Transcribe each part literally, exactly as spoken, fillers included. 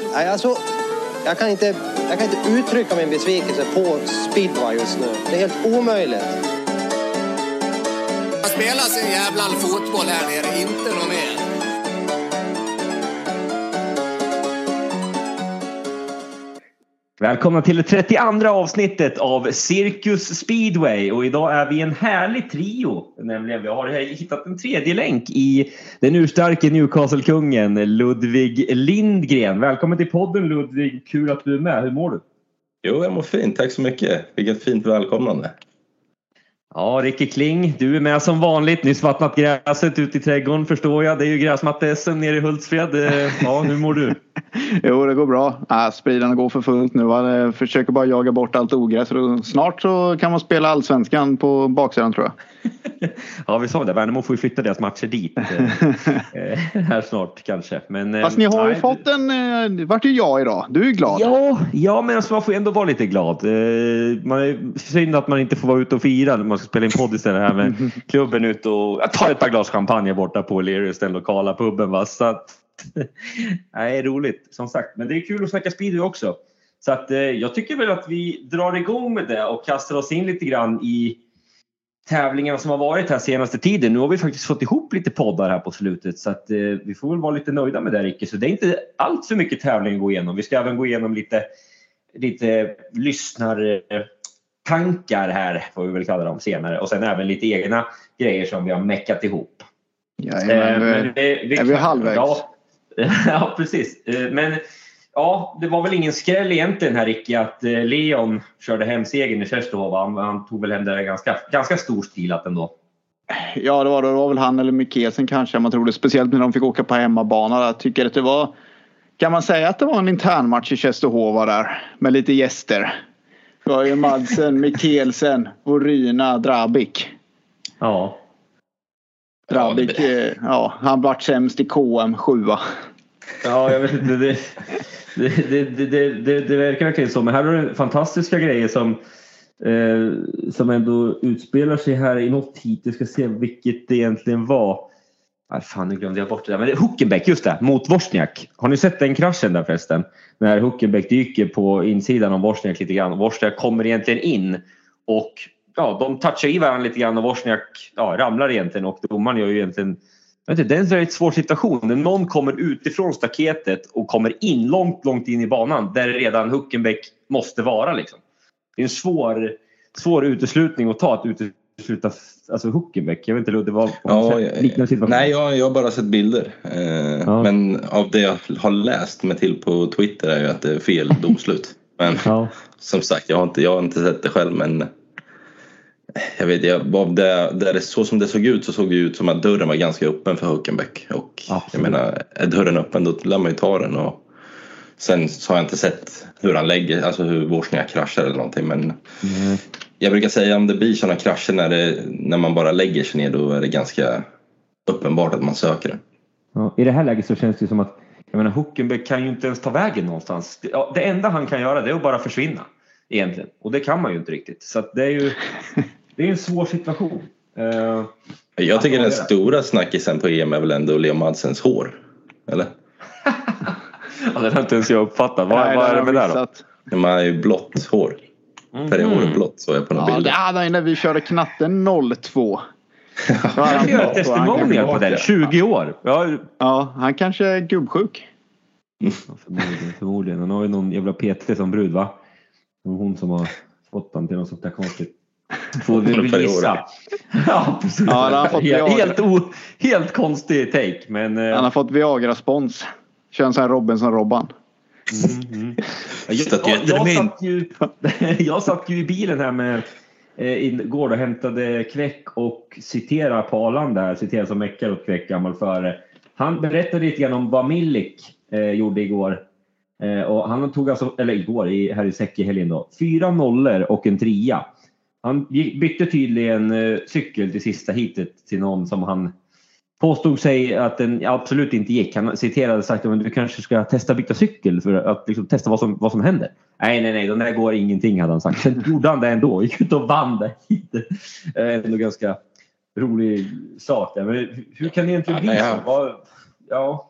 Nej, alltså, jag kan inte, jag kan inte uttrycka min besvikelse på speedway just nu. Det är helt omöjligt. Jag spelar sin jävla fotboll här nere, inte någon mer. Välkomna till det trettioandra avsnittet av Cirkus Speedway, och idag är vi en härlig trio, nämligen vi har hittat en tredje länk i den urstarke Newcastle-kungen Ludvig Lindgren. Välkommen till podden Ludvig, kul att du är med, hur mår du? Jo, jag mår fint, tack så mycket, vilket fint välkomnande. Ja, Ricky Kling, du är med som vanligt. Nyss vattnat gräset ute i trädgården, förstår jag. Det är ju gräsmatte-S M nere i Hultsfred. Ja, hur mår du? Jo, det går bra. Äh, spridarna går för fullt nu. Jag försöker bara jaga bort allt ogräs. Snart så kan man spela allsvenskan på baksidan, tror jag. Ja, vi sa det. Värnamo får ju flytta deras matcher dit. eh, här snart kanske. Men, fast ni har nej, ju fått en... Eh, vart är jag idag? Du är glad. Ja, ja, men alltså, man får ändå vara lite glad. Eh, man är synd att man inte får vara ute och fira när man ska spela in podd istället här med klubben ut och jag tar ett par glas champagne borta på Lerus, den lokala puben. Va? Så att, nej, roligt som sagt. Men det är kul att snacka speedway också. Så att, eh, jag tycker väl att vi drar igång med det och kastar oss in lite grann i tävlingarna som har varit här senaste tiden. Nu har vi faktiskt fått ihop lite poddar här på slutet, så att eh, vi får väl vara lite nöjda med det, Ricky. Så det är inte allt för mycket tävling att gå igenom. Vi ska även gå igenom lite, lite lyssnartankar här, får vi väl kalla dem senare. Och sen även lite egna grejer som vi har meckat ihop. Ja, men, eh, men det, vi, är vi halvvägs? Ja, ja, precis. Eh, men ja, det var väl ingen skräll egentligen här, Ricky, att eh, Leon körde hem segern i Tjärstehova. Han, han tog väl hem det ganska, ganska stor stilat ändå. Ja, det var, det var väl han eller Mikkelsen kanske, man tror det. Speciellt när de fick åka på hemmabana. Jag tycker att det var, kan man säga att det var en intern match i Tjärstehova där med lite gäster. Det var ju Madsen, Mikkelsen, Voryna, Drabik. Ja. Drabik, ja, ja, han var sämst i K M sjua. Ja, jag vet inte. Det, det, det, det, det, det verkar verkligen så. Men här har du fantastiska grejer som, eh, som ändå utspelar sig här i något hit. Jag ska se vilket det egentligen var. Aj, fan, nu glömde jag bort det där. Men det är Huckenbeck, just det, mot Wozniak. Har ni sett den kraschen där förresten? När Huckenbeck dyker på insidan av Wozniak lite grann. Och Wozniak kommer egentligen in. Och ja, de touchar i varandra lite grann. Och Wozniak ja, ramlar egentligen. Och domaren gör ju egentligen... Det är en väldigt svår situation. När någon kommer utifrån staketet och kommer in långt, långt in i banan där redan Huckenbeck måste vara. Liksom. Det är en svår, svår uteslutning att ta att utesluta alltså Huckenbeck. Jag vet inte, det var ja, liknande situation. Nej, jag, jag har bara sett bilder. Eh, ja. Men av det jag har läst mig till på Twitter är ju att det är fel domslut. Men ja. Som sagt, jag har, inte, jag har inte sett det själv, men... Jag vet, jag, av det, där det, så som det såg ut så såg det ut som att dörren var ganska öppen för Huckenbeck. Och absolut. Jag menar, är dörren öppen då lär man ju ta den. Och sen så har jag inte sett hur han lägger, alltså hur Wozniak kraschar eller någonting. Men mm. jag brukar säga om det blir sådana krascher när, det, när man bara lägger sig ner, då är det ganska uppenbart att man söker det. Ja, i det här läget så känns det som att jag menar, Huckenbeck kan ju inte ens ta vägen någonstans. Det, ja, det enda han kan göra det är att bara försvinna. Egentligen. Och det kan man ju inte riktigt. Så att det är ju det är en svår situation. Uh, jag tycker den stora snackisen på E M är väl ändå Leo Madsens hår. Eller? Ja, det har inte ens jag uppfattat. Vad, nej, vad är det med det då? Man har ju blått hår. Mm. Färg håret blått, så är jag på några ja, bilder. Ja, nej, när vi körde knatten noll två. Jag ska göra testimonial på det. tjugo år. Ja, ja, han kanske är gubbsjuk. Mm. Ja, förmodligen, förmodligen. Han har ju någon jävla P T som brud, va? Hon som har fått han till något sånt där konstigt. Får vi väl gissa. Ja, precis. Ja, han har fått helt, helt, o, helt konstig take. Men, han har fått Viagra-spons. Kör en sån här Robinson-Robban. Mm, mm. Jag, jag, jag, satt ju, jag satt ju i bilen här med eh, igår och hämtade Kväck och citerar på Arlanda där. Citerar som meckar åt Kväck gammal före. Han berättade lite grann om vad Milik eh, gjorde igår. Eh, och han tog alltså, eller igår i, här i Säck i helgen då, fyra nollor och en trea. Han bytte tydligen eh, cykel till sista hitet till någon som han påstod sig att den absolut inte gick. Han citerade sagt att du kanske ska testa byta cykel för att liksom, testa vad som, vad som händer. Nej, nej, nej, den där går ingenting, hade han sagt. Sen gjorde han det ändå, gick ut och vann det hitet. Eh, ändå ganska rolig sak där. Men hur kan det egentligen bli så? Vad, ja...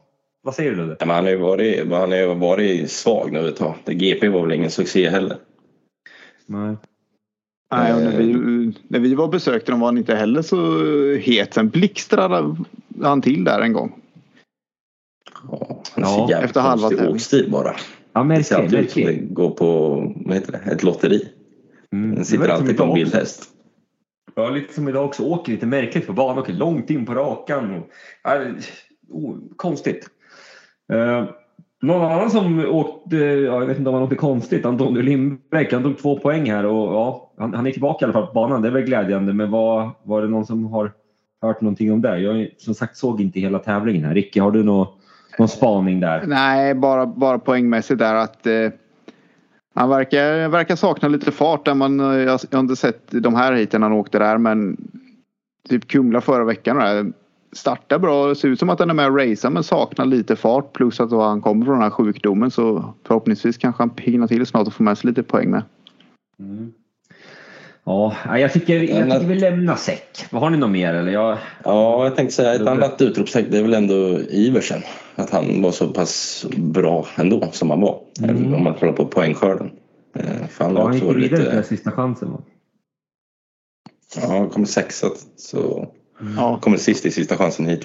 Vad säger du Ludde? Ja, men han har ju varit, han har ju varit svag nu ett tag. Det G P var väl ingen succé heller. Nej. Nej, och när vi, när vi var besökte dem var han inte heller så het. Sen blixtrade han till där en gång. Ja, han är så jävligt efter halva konstig åkstil bara. Ja, märkligt. Det ser ut gå på, vad heter det, ett lotteri. Mm. Den sitter alltid på en vildhäst. Ja, lite som idag också. Åker lite märkligt på banan. Åker långt in på rakan. Och, ja, oh, konstigt. Uh, någon annan som åkte, ja, jag vet inte om han åkte konstigt. Antonio Lindbäck, han tog två poäng här. Och ja, han, han är tillbaka i alla fall på banan. Det är väl glädjande. Men var, var det någon som har hört någonting om det? Jag som sagt såg inte hela tävlingen här. Ricky, har du någon, någon spaning där? Nej, bara, bara poängmässigt där att eh, han verkar, verkar sakna lite fart. Där man, jag, jag har inte sett de här hiten han åkte där. Men typ Kumla förra veckan. Där, startar bra. Det ser ut som att han är med och racear men saknar lite fart. Plus att han kommer från den här sjukdomen. Så förhoppningsvis kanske han pignar till snart och får med sig lite poäng med. Mm. Ja, jag tycker, jag tycker vi lämnar säck. Vad har ni något mer? Eller jag... Ja, jag tänkte säga ett annat utropsäck. Det är väl ändå Iversen. Att han var så pass bra ändå som han var. Mm. Om man kollar på poängskörden. För han ja, gick vidare lite... till sista chansen va? Ja, han kom sexa. Så mm. kommer sist i sista chansen hit.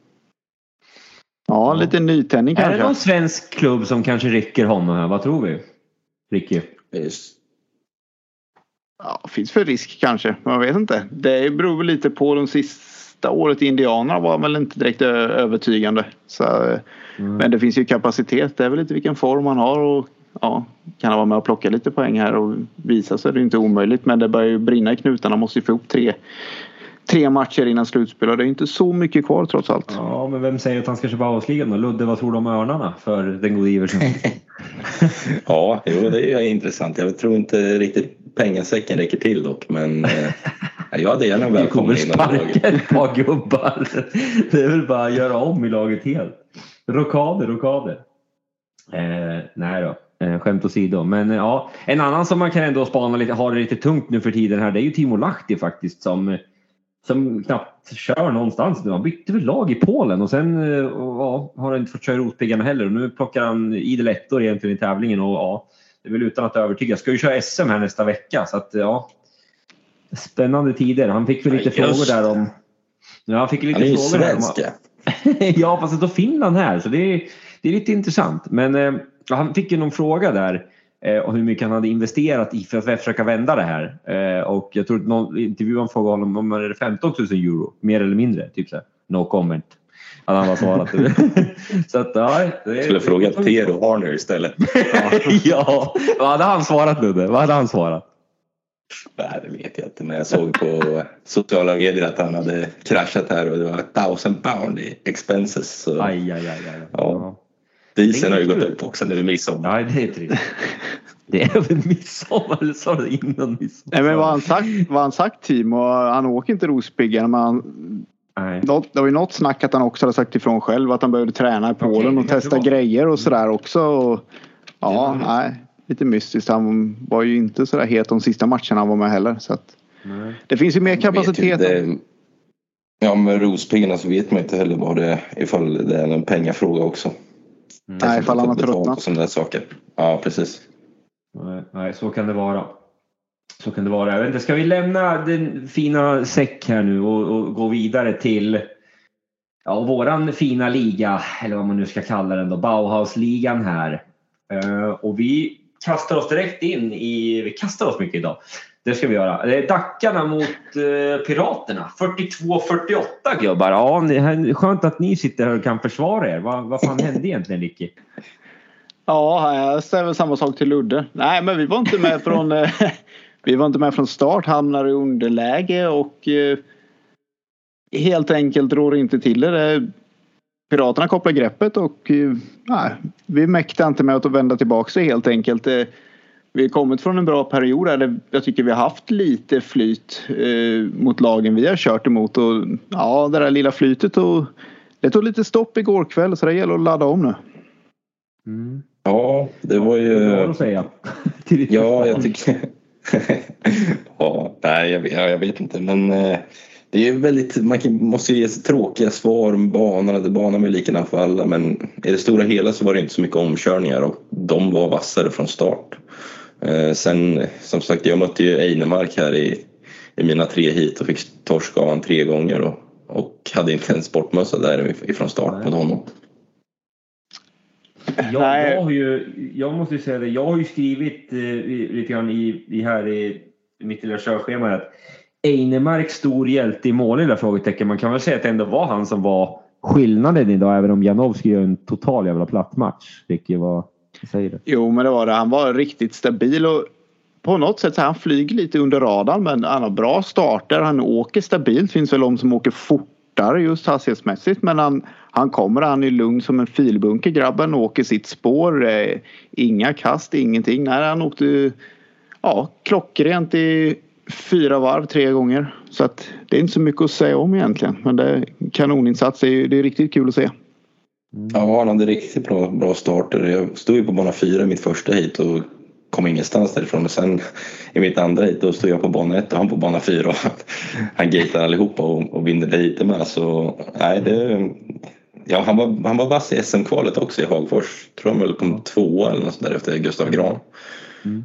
Ja, lite nytändning kanske. Är det någon svensk klubb som kanske räcker honom här? Vad tror vi? Ricky? Just. Ja, finns för risk kanske. Man vet inte. Det beror väl lite på de sista året i Indianerna var väl inte direkt övertygande. Så, mm. Men det finns ju kapacitet. Det är väl lite vilken form man har. Och ja, kan han vara med och plocka lite poäng här och visa så är det inte omöjligt. Men det börjar ju brinna i knutarna. Måste ju få upp tre, tre matcher innan slutspel. Och det är inte så mycket kvar trots allt. Ja, men vem säger att han ska köpa avsligan då? Ludde, vad tror du om örnarna för den gode Iversen? Ja, jo, det är intressant. Jag tror inte riktigt pengasäcken räcker till dock. Men eh, jag hade gärna välkommen in i laget. Ett par gubbar. Det är väl bara att göra om i laget helt. Rokader, rokader. Eh, nej då. Eh, skämt åsido. Men eh, ja, en annan som man kan ändå spana lite, har det lite tungt nu för tiden här, det är ju Timo Lahti faktiskt som, som knappt kör någonstans nu. Han bytte väl lag i Polen och sen eh, ja, har han inte fått köra rotpiggarna heller. Och nu plockar han idel ettor egentligen i tävlingen och ja, det är väl utan att övertyga. Ska ju köra S M här nästa vecka så att ja, spännande tider. Han fick väl lite ja, frågor där om... Ja, han fick lite han är frågor ju svenska. Ja, fast då Finland här så det är, det är lite intressant. Men eh, han fick ju någon fråga där eh, om hur mycket han hade investerat i för att försöka vända det här. Eh, och jag tror att någon intervjuade frågade honom om det är femton tusen euro, mer eller mindre, typ så här. No comment. Att han var svarat. Så att ja, det skulle fråga Tero Arner istället. Ja. Ja, vad hade han svarat nu? Vad hade han svarat? Nej, det vet jag inte. Men jag såg på sociala medier att han hade kraschat här och det var thousand pound i expenses. Så, aj, aj, aj, aj. Ja. Dieseln har ju gått upp också när det är midsommar. Ja, det är trist. Det är väl midsommar, eller sa det innan midsommar? Nej, men vad han sagt, vad han sagt Timo, han åker inte Rospiggen, men han, något, det var ju något snack att han också hade sagt ifrån själv att han behövde träna i Polen okay, och testa grejer och sådär också. Och, ja, nej. Lite mystiskt. Han var ju inte så där het de sista matcherna han var med heller. Så att det finns ju mer kapacitet. Det, ja, med Rospiggarna så vet man inte heller vad det är ifall det är en pengafråga också. Mm. Nej, ifall han har tröttnat. Sådana där saker. Ja, precis. Nej, nej, så kan det vara. Så kan det vara. Jag vet inte, ska vi lämna den fina säck här nu och, och gå vidare till ja, våran fina liga, eller vad man nu ska kalla den då, Bauhausligan här. Uh, och vi kastar oss direkt in i, vi kastar oss mycket idag. Det ska vi göra. Det är Dackarna mot uh, Piraterna. fyrtiotvå fyrtioåtta gubbar. Ja, det är skönt att ni sitter här och kan försvara er. Vad, vad fan hände egentligen, Ricky? Ja, jag ställer samma sak till Ludde. Nej, men vi var inte med från vi var inte med från start. Hamnar i underläge och uh, helt enkelt rår inte till det. Piraterna kopplar greppet och nej, vi mäktar inte med att vända tillbaka sig helt enkelt. Vi har kommit från en bra period där jag tycker vi har haft lite flyt eh, mot lagen vi har kört emot. Och ja, det där lilla flytet och det tog lite stopp igår kväll så det gäller att ladda om nu. Mm. Ja, det var ju... Det var att säga. Ja, jag tycker... ja, nej, jag, jag vet inte. Men eh, Det är väldigt, man måste ju ge tråkiga svar om banorna. Banan är likadant för alla, men i det stora hela så var det inte så mycket omkörningar och de var vassare från start. Eh, sen, som sagt, jag mötte ju Einemark här i, i mina tre hit och fick torska av han tre gånger och, och hade inte en sportmössa där ifrån start mot honom. Jag, jag, har ju, jag måste ju säga det, jag har ju skrivit eh, lite grann i, i här i mitt lilla körschema att Einemark stor hjälte i mål i det frågetecken. Man kan väl säga att det ändå var han som var skillnaden idag, även om Janowski gör en total jävla platt match. Vilket var, säger det. Jo, men det var det. Han var riktigt stabil och på något sätt så han flyger lite under radarn, men han har bra starter. Han åker stabilt. Finns väl de som åker fortare just hastighetsmässigt, men han, han kommer, han är lugn som en filbunke, grabben, åker sitt spår. Eh, inga kast, ingenting. Nej, han åkte ja, klockrent i fyra varv tre gånger. Så att det är inte så mycket att säga om egentligen. Men det är kanoninsats. Det är, det är riktigt kul att se. Ja, han hade riktigt bra, bra starter. Jag stod ju på bana fyra i mitt första hit och kom ingenstans därifrån. Och sen i mitt andra hit då stod jag på bana ett och han på bana fyra. Och han gatar allihopa och, och vinner det hit med. Så nej, det... Ja, han var, han var vass i S M-kvalet också i Hagfors. Tror han väl kom två eller något där efter Gustav Gran. Mm.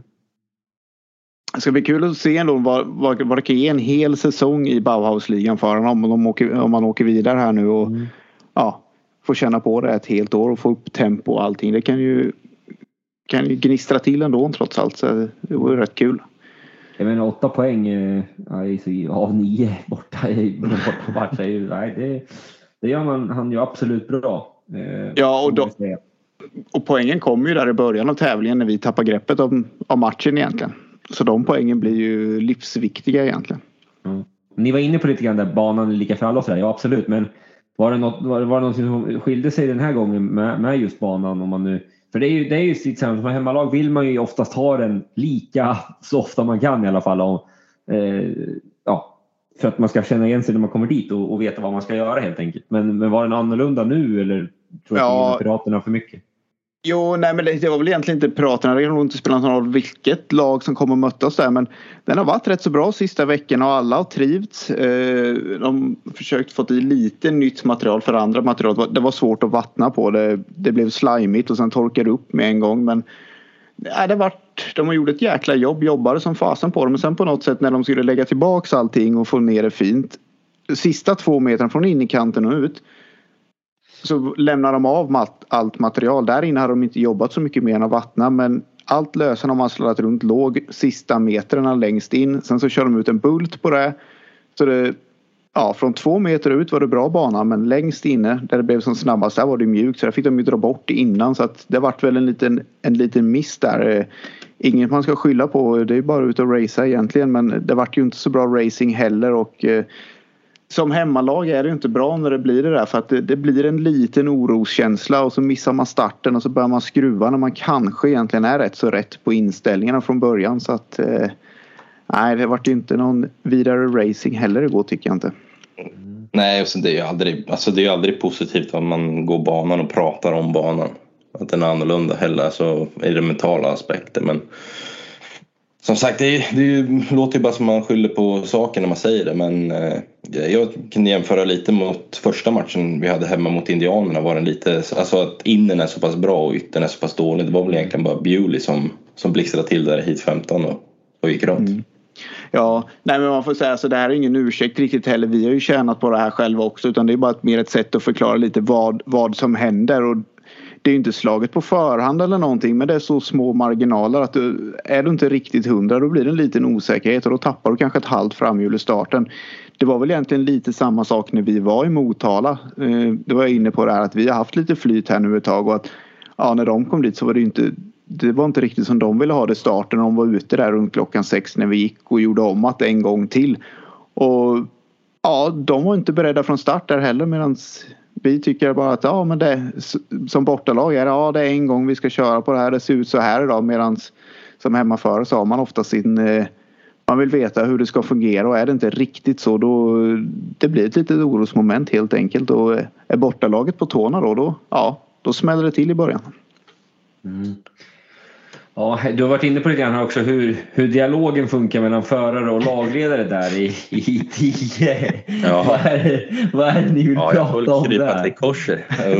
Det ska bli kul att se ändå vad, vad, vad det kan ge en hel säsong i Bauhausligan för honom om, de åker, om man åker vidare här nu och mm. ja, får känna på det ett helt år och få upp tempo och allting. Det kan ju, kan ju gnistra till ändå trots allt, så det var ju rätt kul. Jag menar åtta poäng ja, av nio borta i borta match är ju, nej, det, det gör man, han ju absolut bra. Eh, ja, och, då, och poängen kommer ju där i början av tävlingen när vi tappar greppet om, om matchen egentligen. Så de poängen blir ju livsviktiga egentligen. Mm. Ni var inne på lite grann där banan är lika för alla och sådär. Ja, absolut. Men var det något, var det, var det något som skilde sig den här gången med, med just banan? Om man nu, för det är ju, det är ju sitt samma som hemmalag vill man ju oftast ha den lika så ofta man kan i alla fall. Om, eh, ja, för att man ska känna igen sig när man kommer dit och, och veta vad man ska göra helt enkelt. Men, men var den annorlunda nu eller tror jag ja. att ni piraterna för mycket? Jo, nej men det, det var väl egentligen inte piraterna. Det kan nog inte spela någon roll vilket lag som kommer att möta oss där. Men den har varit rätt så bra sista veckan och alla har trivts. Eh, de har försökt få i lite nytt material för andra material. Det var svårt att vattna på. Det, det blev slimigt och sen torkade upp med en gång. Men nej, det varit, de har gjort ett jäkla jobb. Jobbade som fasen på dem. Men sen på något sätt när de skulle lägga tillbaka allting och få ner det fint. Sista två meter från innerkanten och ut. Så lämnar de av allt material. Där inne har de inte jobbat så mycket mer än att vattna. Men allt lösen har man sladdat runt låg sista metrarna längst in. Sen så kör de ut en bult på det. Så det, ja, från två meter ut var det bra bana. Men längst inne där det blev som snabbast, där var det mjukt. Så där fick de ju dra bort innan. Så att det vart väl en liten, en liten miss där. Inget man ska skylla på. Det är bara ut och racea egentligen. Men det vart ju inte så bra racing heller. Och som hemmalag är det inte bra när det blir det där. För att det, det blir en liten oroskänsla. Och så missar man starten. Och så börjar man skruva när man kanske egentligen är rätt så rätt på inställningarna från början. Så att eh, nej, det vart ju inte någon vidare racing heller igår, tycker jag inte. Mm. Nej, och så det är ju aldrig, alltså det är aldrig positivt att man går banan och pratar om banan. Att den är annorlunda heller. Alltså i den mentala aspekten. Men som sagt, det, är, det låter ju bara som man skyller på saker när man säger det. Men eh, jag kan jämföra lite mot första matchen vi hade hemma mot Indianerna. Var den lite, alltså att innen är så pass bra och yttern är så pass dålig. Det var väl egentligen bara Bewley som, som blixtrade till där i hit femton och, och gick runt. Mm. Ja, nej men man får säga så det här är ingen ursäkt riktigt heller. Vi har ju tjänat på det här själva också. Utan det är bara ett, mer ett sätt att förklara lite vad, vad som händer. Och det är ju inte slaget på förhand eller någonting, men det är så små marginaler att du, är du inte riktigt hundra, då blir det en liten osäkerhet och då tappar du kanske ett halvt framhjul i starten. Det var väl egentligen lite samma sak när vi var i Motala. Det var jag inne på det här att vi har haft lite flyt här nu ett tag och att ja, när de kom dit så var det inte, det var inte riktigt som de ville ha det i starten. De var ute där runt klockan sex när vi gick och gjorde om att en gång till. Och ja, de var inte beredda från start där heller, medan vi tycker bara att ja, men det som bortalag är ja, det är en gång vi ska köra på det här. Det ser ut så här idag, medan som hemmaförare så har man ofta sin, man vill veta hur det ska fungera, och är det inte riktigt så då det blir ett litet orosmoment helt enkelt. Och är bortalaget på tårna då, då ja, då smäller det till i början. Mm. Ja, du har varit inne på lite grann också hur, hur dialogen funkar mellan förare och lagledare där i, i tio. Ja. Vad, är, vad är det ni vill ja, prata om där? Ja, jag korset.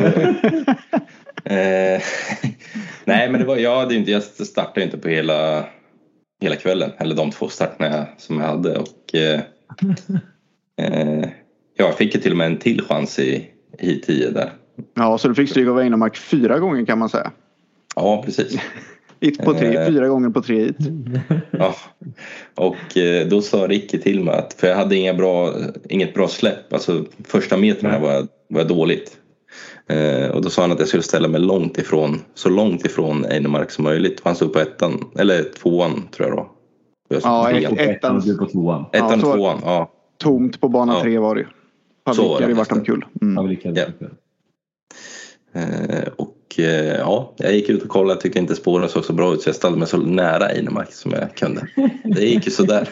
eh, nej, men det var, jag, hade inte, jag startade inte på hela, hela kvällen. Eller de två starterna som jag hade. Och, eh, eh, jag fick ju till och med en till chans i, i tio där. Ja, så du fick stryka av Einemark fyra gånger kan man säga. Ja, precis. Ett på tre, eh, fyra gånger på tre hit. Ja, och eh, då sa Ricky till mig att, för jag hade inga bra, inget bra släpp, alltså första metrarna var, var dåligt. Eh, och då sa han att jag skulle ställa mig långt ifrån, så långt ifrån Einemark som möjligt. Han stod på ettan, eller tvåan tror jag då. Jag ja, ett, ettan, ettan på tvåan. Ettan och tvåan, ja. Tomt på bana ja. tre var det. Så hade varit omkull. Mm. Ja. Eh, och eh, ja, jag gick ut och kollade, tyckte inte spåren såg så bra ut så jag ställde mig så nära Einemark som jag kunde. Det gick ju sådär.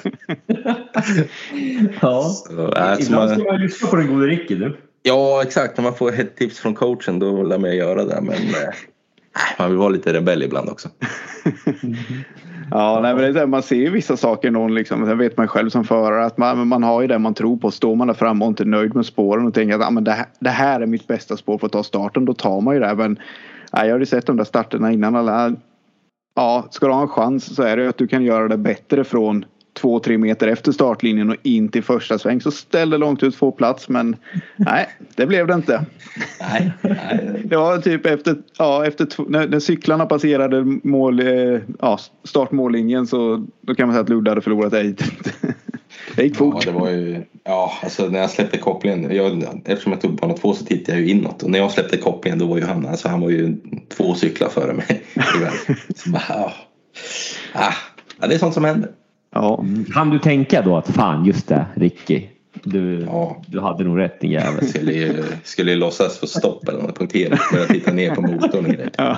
Ja, så, äh, ibland man... ska man lyssna på den gode Ricky du. Ja, exakt. När man får ett tips från coachen då lär man göra det. Men äh, man vill vara lite rebell ibland också. Ja, nej, men det är så här, man ser ju vissa saker någon liksom, sen vet man själv som förare att man, man har ju det man tror på. Står man där framme och inte är nöjd med spåren och tänker att ah, men det, här, det här är mitt bästa spår för att ta starten, då tar man ju det. Men nej, jag har ju sett de där starterna innan alla, ja, ska du ha en chans så är det att du kan göra det bättre från två, tre meter efter startlinjen och in till första sväng, så ställer långt ut få plats, men nej, det blev det inte. Nej, nej. Det var typ efter, ja, efter när, när cyklarna passerade mål, ja, startmållinjen, så då kan man säga att Ludde hade förlorat ejt. Det gick fort. Ja, det var ju, ja, alltså när jag släppte kopplingen, jag, eftersom jag tog bana två så tittade jag ju inåt, och när jag släppte kopplingen då var ju han, alltså han var ju två cyklar före mig. Så bara, ja. Ah, det är sånt som händer. Ja. Kan du tänka då att fan, just det, Ricky, du, ja. du hade nog rätt, din jävel. Skulle ju, skulle ju låtsas få stopp eller något punktering för att titta ner på motorn och grejer. Ja.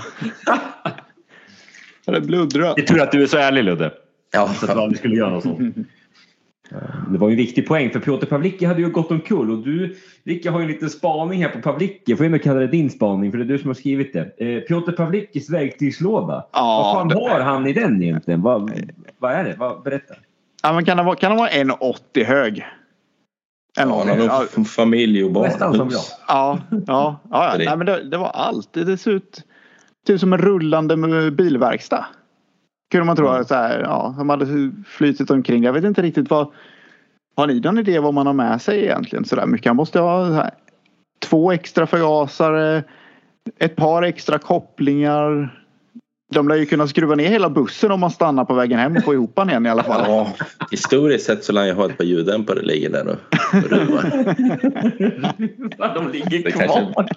Det är blodrött. Det tror att du är så ärlig, Ludde. Ja. Så att du aldrig skulle göra något sånt. Det var ju en viktig poäng, för Piotr Pawlicki hade ju gått omkull, och du, Ricky, har ju en liten spaning här på Pawlicki. Jag får ändå kalla det din spaning, för det är du som har skrivit det. eh, Piotr Pawlickis verktygslåda. Ja, vad fan det... har han i den egentligen? Vad, vad är det? Vad, berätta. Ja, men kan det vara, kan det vara en åttio hög? En ja, någon ja. familj och barn. Nästan som jag. Ja, ja, ja, ja. Nej, men det, det var allt. Det ser ut typ som en rullande bilverkstad. Kunde man tro att så här, ja, de hade flytit omkring. Jag vet inte riktigt vad. Har ni någon idé vad man har med sig egentligen? Så där mycket. Man måste ha så här, två extra förgasare, ett par extra kopplingar. De lär ju kunna skruva ner hela bussen om man stannar på vägen hem och få ihop den igen i alla fall. Ja, historiskt sett så lär jag ha ett par ljuddämpare ligger där och ruvar. De ligger kvar.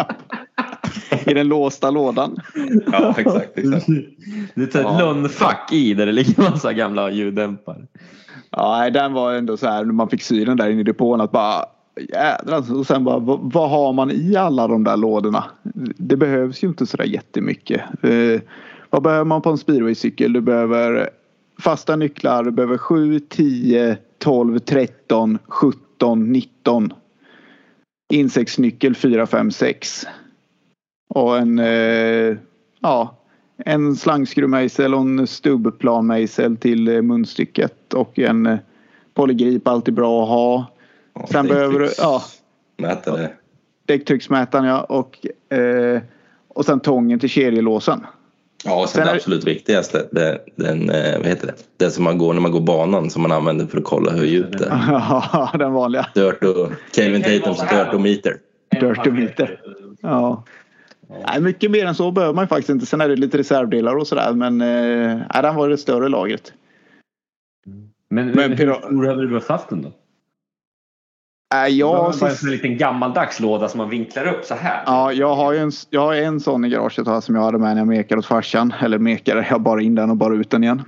I den låsta lådan. Ja, exakt. exakt. Du tar ett ja. lunnfack i där det ligger en massa gamla ljuddämpare. Ja, den var ändå så här när man fick sy den där inne i depån att bara jädrar. Och sen bara, vad, vad har man i alla de där lådorna? Det behövs ju inte så där jättemycket. Eh, vad behöver man på en speedwaycykel? Du behöver fasta nycklar. Du behöver sju, tio, tolv, tretton, sjutton, nitton. Insektsnyckel fyra, fem, sex. Och en, eh, ja, en slangskruvmejsel och en stubbplanmejsel till munstycket. Och en eh, polygrip, alltid bra att ha. Ja, sen behöver du, ja. Mätare. Däcktrycksmätaren, ja. Och, eh, och sen tången till kedjelåsen. Ja, och sen, sen det absolut viktigaste, det, den, vad heter det? Den som man går när man går banan, som man använder för att kolla hur djupt det är. Ja, den vanliga. Dirt och Kelvin Tatums dirtometer. Dirtometer. Ja. Nej, mycket mer än så behöver man ju faktiskt inte. Sen är det lite reservdelar och sådär. Men äh, den var det större lagret. Men, men hur pira- stor hade du behövt haft den då? Äh, jag bara en liten gammaldags låda som man vinklar upp så här. Ja, jag har ju en, jag har en sån i garaget här som jag hade med när jag mekade åt farsan. Eller mekade, jag bara in den och bara ut den igen.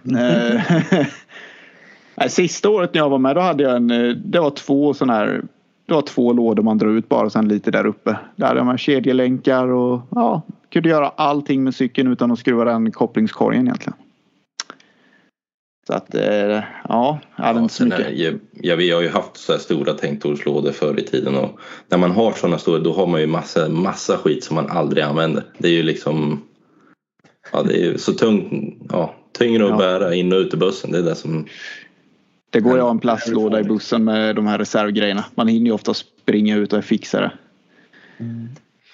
äh, sista året när jag var med, då hade jag en, det var två sån här, det var två lådor man drar ut bara sen lite där uppe. Där hade man kedjelänkar och ja, kunde göra allting med cykeln utan att skruva den kopplingskorgen egentligen. Så att, eh, ja, jag hade ja, inte så mycket. Är, ja, vi har ju haft så här stora tänktorslådor förr i tiden, och när man har sådana stora, då har man ju massa, massa skit som man aldrig använder. Det är ju liksom, Ja, det är ju så tungt. Ja, tyngre att ja. bära in och ut i bussen. Det är det som... Det går ju att ha en plastlåda i bussen med de här reservgrejerna. Man hinner ju ofta springa ut och fixa det. Mm.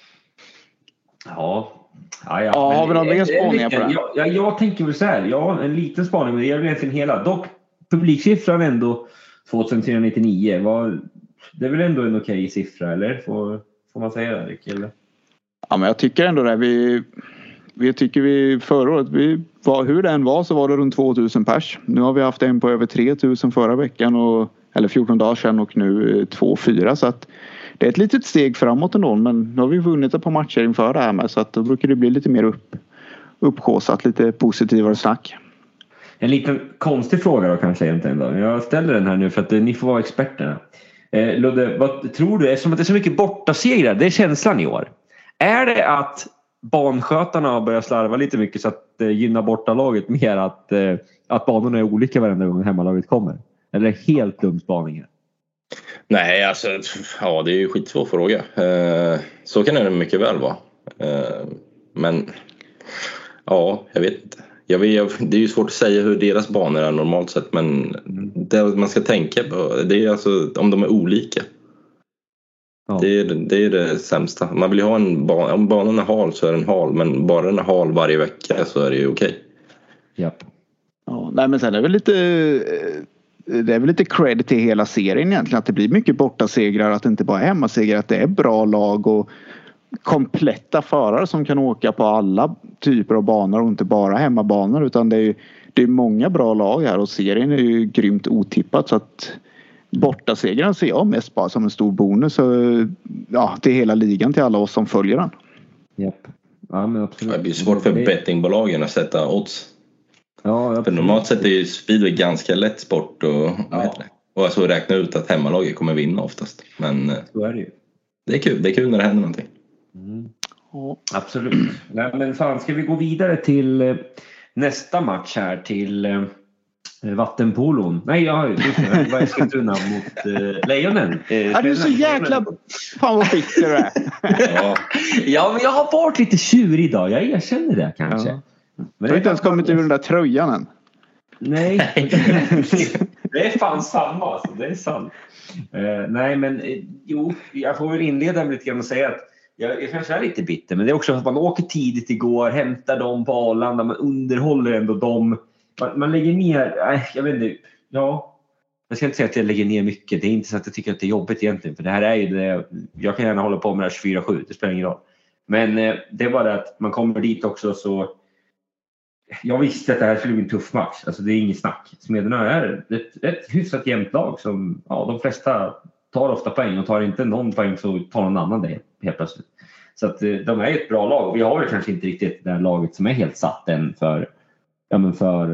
Ja. Ja, ja. ja har vi några mer spaningar på det? Jag, jag, jag tänker väl så här. Ja, en liten spaning, men det är väl egentligen hela. Dock, publiksiffran ändå tjugohundranittionio. Var, det är väl ändå en okej siffra, eller? Får, får man säga det, Rick, eller? Ja, men jag tycker ändå det. Vi, vi tycker vi förra året, vi var, hur det än var så var det runt tvåtusen pers. Nu har vi haft en på över tre tusen förra veckan, och, eller fjorton dagar sedan, och nu två fyra. Så att det är ett litet steg framåt ändå, men nu har vi vunnit ett par matcher inför det här med, så att då brukar det bli lite mer upp, uppskåsat, lite positivare snack. En liten konstig fråga då kanske egentligen då. Jag ställer den här nu för att ni får vara experterna. Eh, Ludde, vad tror du? Eftersom att det är så mycket bortasegrar, det är känslan i år. Är det att banskötarna har börjat slarva lite mycket så att det gynnar bortalaget mer, att, eh, att banorna är olika varenda gång hemmalaget kommer? Eller är det helt dumt spaningar? Nej, alltså ja, det är ju en skitsvår fråga. Eh, så kan det mycket väl vara. Eh, men ja, jag vet inte. Jag vet, det är ju svårt att säga hur deras banor är normalt sett, men det man ska tänka på, det är alltså om de är olika. Ja. Det, är, det är det sämsta. Man vill ju ha en bana, om banan är hal så är den hal, men bara den är hal varje vecka så är det ju okej. Japp. Ja, nej, men sen är det väl lite det är väl lite cred till hela serien egentligen, att det blir mycket bortasegrar, att det inte bara är hemmasegrar, att det är bra lag och kompletta förare som kan åka på alla typer av banor och inte bara hemmabanor, utan det är, det är många bra lag här och serien är ju grymt otippat, så att bortasegrarna ser jag mest bara som en stor bonus, ja, till hela ligan, till alla oss som följer den. Japp. Ja, men absolut. Det blir svårt för bettingbolagen att sätta odds. Ja, för normalt sett är ju speedway ganska lätt sport och, ja. och alltså räkna ut att hemmalaget kommer vinna oftast. Men så är det ju. Det är kul, det är kul när det händer någonting. Mm. Ja, absolut. Nej, men fan, ska vi gå vidare till eh, nästa match här, till eh, vattenpolon? Nej, jag har ju vad ska du namn mot eh, Lejonen. Eh, är du så jäkla... Fan vad fick du är. ja. ja, men jag har varit lite tjurig idag. Jag erkänner det kanske. Ja. Men du har inte ens kommit ur den där tröjan än. Nej. Det är fan samma, alltså. Det är sant. Uh, nej, men uh, jo, jag får väl inleda med lite grann och säga att jag, jag kanske är lite bitter, men det är också att man åker tidigt igår, hämtar dem på Arlanda, man underhåller ändå dem. Man, man lägger ner, nej, jag vet inte, ja. Jag ska inte säga att jag lägger ner mycket. Det är inte så att jag tycker att det är jobbigt egentligen, för det här är ju det, jag kan gärna hålla på med det här tjugofyra sju, det spelar ingen roll. Men uh, det är bara att man kommer dit också, så jag visste att det här skulle bli en tuff match. Alltså det är inget snack. Smederna är ett, ett hyfsat jämnt lag som, ja, de flesta tar ofta poäng, och tar inte någon poäng så tar någon annan det helt plötsligt. Så att de är ett bra lag, och vi har väl kanske inte riktigt det här laget som är helt satt än för, ja, men för,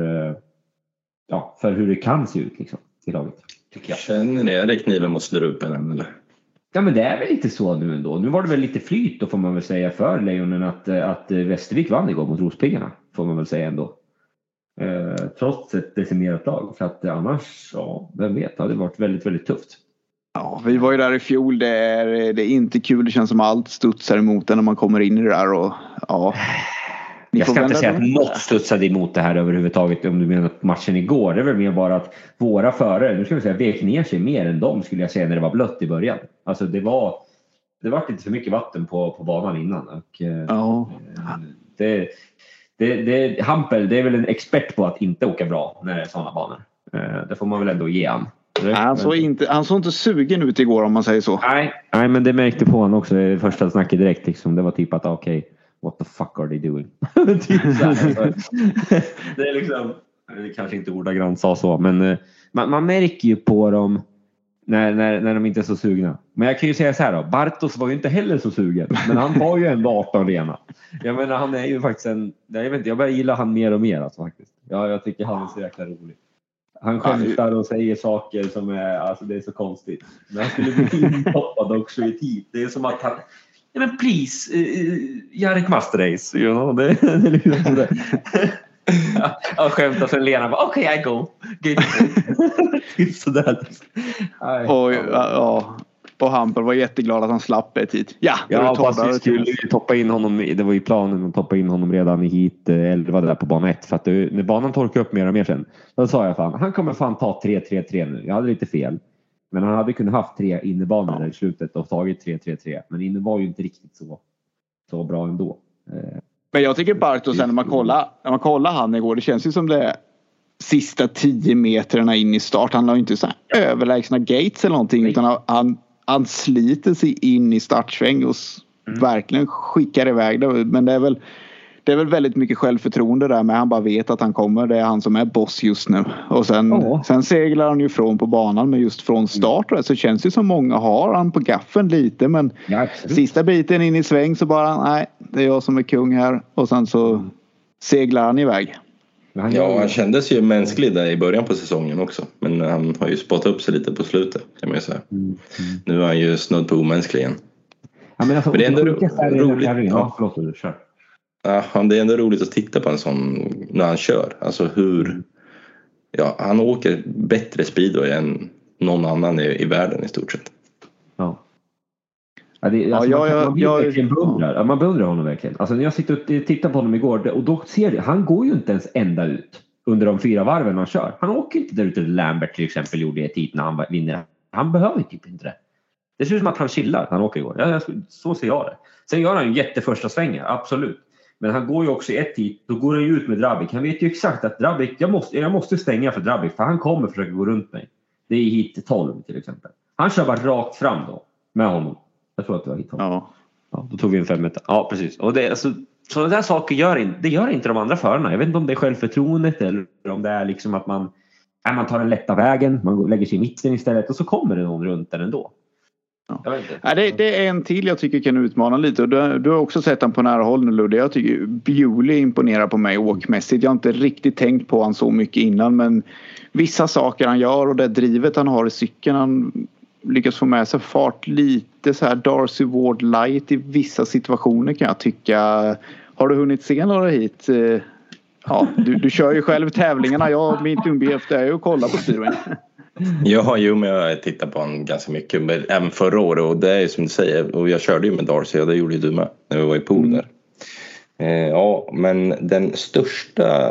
ja, för hur det kan se ut liksom, i laget, tycker jag. Känner ni, är det kniven mot strupen än, eller? Ja, men det är väl lite så nu ändå. Nu var det väl lite flyt då, får man väl säga, för Lejonen att, att Västervik vann igår mot Rospiggarna, får man väl säga ändå. Eh, trots ett decimerat lag. För att annars, ja, vem vet, det hade varit väldigt, väldigt tufft. Ja, vi var ju där i fjol. Det är, det är inte kul. Det känns som allt studsar emot när man kommer in i det där. Och, ja. Jag ska inte säga att något studsade emot det här överhuvudtaget, om du menar matchen igår. Det är väl mer bara att våra förare, nu ska vi säga, vek ner sig mer än dem, skulle jag säga, när det var blött i början. Alltså det var det var inte för mycket vatten på, på banan innan. Och, ja. det, det, det, Hampel, det är väl en expert på att inte åka bra när det är sådana banor. Det får man väl ändå ge han. Nej, han, såg inte, han såg inte sugen ut igår, om man säger så. Nej, nej, men det märkte på han också i första snacket direkt. Liksom. Det var typ att okej, okay, what the fuck are they doing? typ så här. Det är liksom, det kanske inte ordagrant sa så, men man, man märker ju på dem när, när, när de inte är så sugna. Men jag kan ju säga så här då, Bartos var ju inte heller så sugen, men han har ju ändå arton rena. Jag menar, han är ju faktiskt en, jag vet inte, jag börjar gilla han mer och mer alltså, faktiskt. Ja, jag tycker han är så jäkla rolig. Han skämtar och säger saker som är, alltså det är så konstigt. Men han skulle bli intoppad också i tid. Det är som att han, ja men please, uh, Jarek Masterrace, you know, det, det är liksom det. Han skämtar för Lena, okej, okay, I go. Typ sådär. Oj, ja. Och Hampel var jätteglad att han slapp ett hit. Ja, ja fast vi skulle ju toppa in honom. Det var ju planen att toppa in honom redan i hit elva där på bana ett. För att det, när banan torkade upp mer och mer sen. Då sa jag fan, han kommer fan ta tre tre tre nu. Jag hade lite fel. Men han hade kunnat haft tre innebanor ja. där i slutet och tagit tre tre tre. Men inne var ju inte riktigt så, så bra ändå. Men jag tycker Bartos sen när man kollar, när man kollar han igår. Det känns ju som det sista tio metrarna in i start. Han har ju inte så här överlägsna gates eller någonting. Nej. Utan han, han sliter sig in i startsväng och mm. verkligen skickar iväg det. Men det är väl det är väl väldigt mycket självförtroende där. Men han bara vet att han kommer. Det är han som är boss just nu. Och sen, oh. sen seglar han ju från på banan. Men just från start mm. så känns det som många har han på gaffen lite. Men ja, sista biten in i sväng så bara nej, det är jag som är kung här. Och sen så mm. seglar han iväg. Ja, han kändes ju mänsklig där i början på säsongen också. Men han har ju spottat upp sig lite på slutet, kan man ju säga. Mm. Mm. Nu är han ju snudd på omänsklig igen. Ja, men, alltså, men det är ändå ro- roligt. Ja. Ja, förlåt, kör. Ja, det är ändå roligt att titta på en sån när han kör. Alltså hur... Ja, han åker bättre speedway än någon annan i, i världen i stort sett. Ja. Ja, det, alltså, ja, man, ja, man, ja, verkligen beundrar, ja. man beundrar honom verkligen. Alltså när jag sitter och tittar på honom igår och då ser jag, han går ju inte ens ända ut under de fyra varven han kör. Han åker inte där ute. Lambert till exempel gjorde ett hit när han vinner. Han behöver typ inte det. Det ser ut som att han chillar när han åker igår. Ja, så ser jag det. Sen gör han ju jätteförsta svängar, absolut. Men han går ju också i ett hit, då går han ju ut med Drabik. Han vet ju exakt att Drabik, jag måste, jag måste stänga för Drabik för han kommer försöka gå runt mig. Det är hit tolv till exempel. Han kör bara rakt fram då med honom. Jag tror att det var hit. Ja. Ja, då tog vi en fem meter. Ja, precis. Och det, alltså, sådana där saker gör inte, det gör inte de andra förarna. Jag vet inte om det är självförtroendet eller om det är liksom att man, äh, man tar den lätta vägen. Man lägger sig i mitten istället och så kommer det någon runt den ändå. Ja. Jag vet inte. Ja, det, det är en till jag tycker kan utmana lite. Och du, du har också sett han på nära håll nu, Ludde. Jag tycker Bewley imponerar på mig åkmässigt. Jag har inte riktigt tänkt på han så mycket innan. Men vissa saker han gör och det drivet han har i cykeln. Han lyckas få med sig fart lite så här Darcy Ward light i vissa situationer kan jag tycka. Har du hunnit se några hit? Ja, du, du kör ju själv tävlingarna. Jag mitt uppgift är ju att kolla på speedway. Ja, jo, men jag tittar på honom ganska mycket. Men även förra året, och det är som du säger. Och jag körde ju med Darcy och det gjorde ju du med när vi var i pool där. Eh, ja, men den största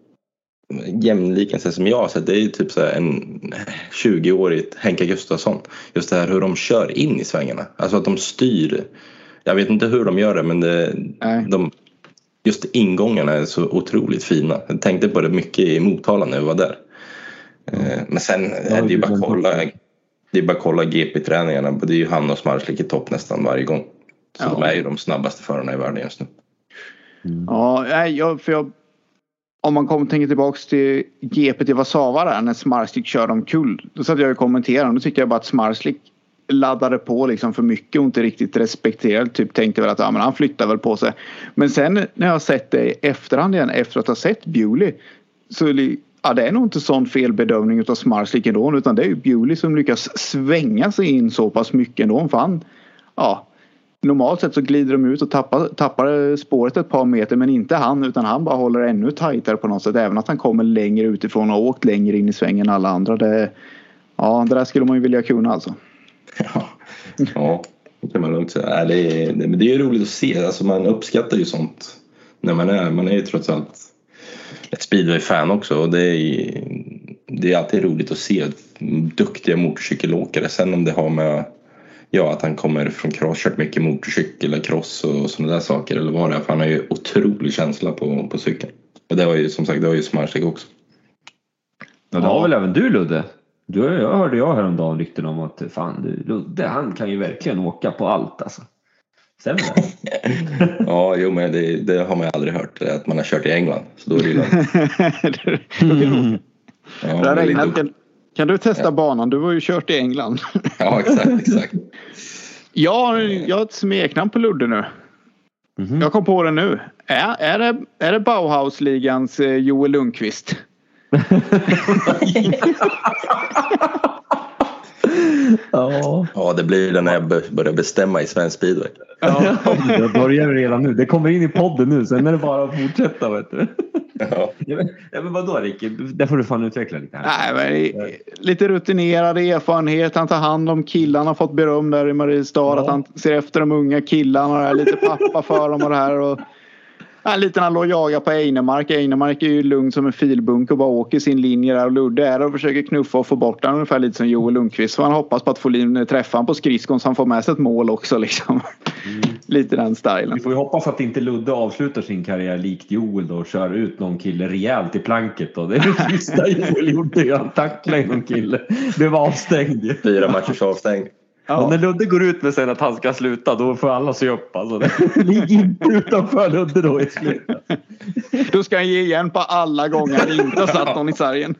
jämlikelse som jag har sett, det är ju typ så här en tjugo-årig Henke Gustafsson. Just det här hur de kör in i svängarna. Alltså att de styr. Jag vet inte hur de gör det, men det, de, just ingångarna är så otroligt fina. Jag tänkte på det mycket i Motala när jag var där. Mm. Men sen är det ju bara kolla det är bara kolla G P-träningarna. Det är ju han och Smarslik i topp nästan varje gång. Så ja. De är ju de snabbaste förarna i världen just nu. Mm. Ja, jag, för jag om man kommer tänka tillbaka till G P till Warszawa där när Smarslik körde omkull. Då satt jag och kommenterade och då tyckte jag bara att Smarslik laddade på liksom för mycket och inte riktigt respekterade. Typ tänkte väl att ja, men han flyttar väl på sig. Men sen när jag har sett det i efterhand igen efter att ha sett Bewley så ja, det är nog inte sån felbedömning utav Smarslik ändå, utan det är ju Bewley som lyckas svänga sig in så pass mycket ändå. För han, ja, normalt sett så glider de ut och tappar, tappar spåret ett par meter, men inte han, utan han bara håller ännu tajtare på något sätt. Även att han kommer längre utifrån och åkt längre in i svängen än alla andra. Det, ja, det där skulle man ju vilja kunna alltså. Ja, ja, det kan man lugnt säga. Det är, det, det är ju roligt att se. Alltså man uppskattar ju sånt när man är, man är ju trots allt ett speedway-fan också. Och det är, det är alltid roligt att se duktiga motorcykelåkare. Sen om det har med ja, att han kommer från crosskört mycket motorcykel eller cross och sådana där saker. Eller vad det är. För han har ju otrolig känsla på, på cykeln. Och det var ju som sagt, det var ju Smarslik också. Ja, det har väl även du, Ludde? Du, jag hörde jag häromdagen rykten om att fan, du, Ludde, han kan ju verkligen åka på allt alltså. Stämmer det? Ja, jo, men det, det har man aldrig hört. Att man har kört i England. Så då är det ju mm. ja, det lite... kan, kan du testa ja. banan? Du var ju kört i England. Ja, exakt, exakt. Ja, jag har ett smeknamn på Ludde nu. Mm-hmm. Jag kom på det nu. Är, är, det, är det Bauhaus-ligans eh, Joel Lundqvist? Ja. Ja, det blir det när jag börjar bestämma i svensk speedway. Ja, jag börjar redan nu. Det kommer in i podden nu, sen är det bara att fortsätta, vet du. Ja. Ja, men vadå Ricky? Där får du fan utveckla lite här. Nej, men lite rutinerad erfarenhet. Han tar hand om killarna. Har fått beröm där i Mariestad. Ja. Att han ser efter de unga killarna. Och är lite pappa för dem och det här. Och ja, lite när han låg jaga på Einemark. Einemark är ju lugn som en filbunk och bara åker sin linje där. Och Ludde är och försöker knuffa och få bort den. Ungefär lite som Joel Lundqvist. Så han hoppas på att få träffa han på skridskon så han får med sig ett mål också liksom. Mm. Lite den stilen. Vi får ju hoppas att inte Ludde avslutar sin karriär likt Joel då och kör ut någon kille rejält i planket då. Det är det sista Joel gjorde. Han tacklade någon kille. Det var avstängd. Fyra matchers avstängd. Ja. Och när Ludde går ut med sen att han ska sluta då får alla se upp. Alltså, det ligger inte utanför Ludde då i slutet. Då ska han ge igen på alla gånger han inte har satt någon i sargen.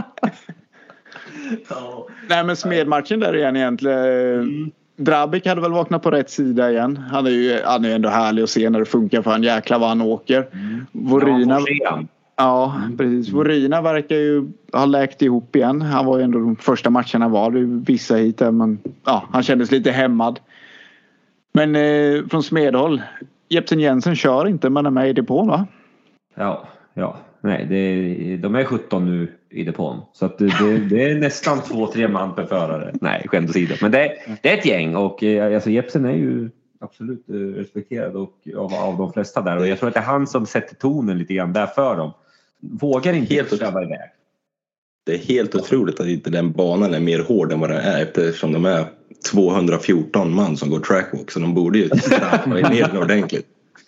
Ja. Nej men Smedmatchen där igen egentligen. Mm. Drabik hade väl vaknat på rätt sida igen. Han är ju, han är ju ändå härlig att se när det funkar för han jäklar vad han åker. Mm. Vorina, ja, ja mm. precis. Vorina verkar ju ha läkt ihop igen. Han var ju ändå de första matcherna var det vissa hit där, men ja, han kändes lite hämmad. Men eh, från Smedhåll, Jepsen Jensen kör inte men är med i depån va? Ja, ja. Nej, det, de är sjutton nu i depån. Så att det, det är nästan två, tre man per förare. Nej, skämt åsido. Men det, det är ett gäng. Och alltså, Jepsen är ju absolut respekterad och, av, av de flesta där. Och jag tror att det är han som sätter tonen lite grann där för dem. Vågar inte helt släva iväg. Det är helt otroligt att inte den banan är mer hård än vad den är. Eftersom de är tvåhundrafjorton man som går trackwalk. Så de borde ju straffa ner den ordentligt.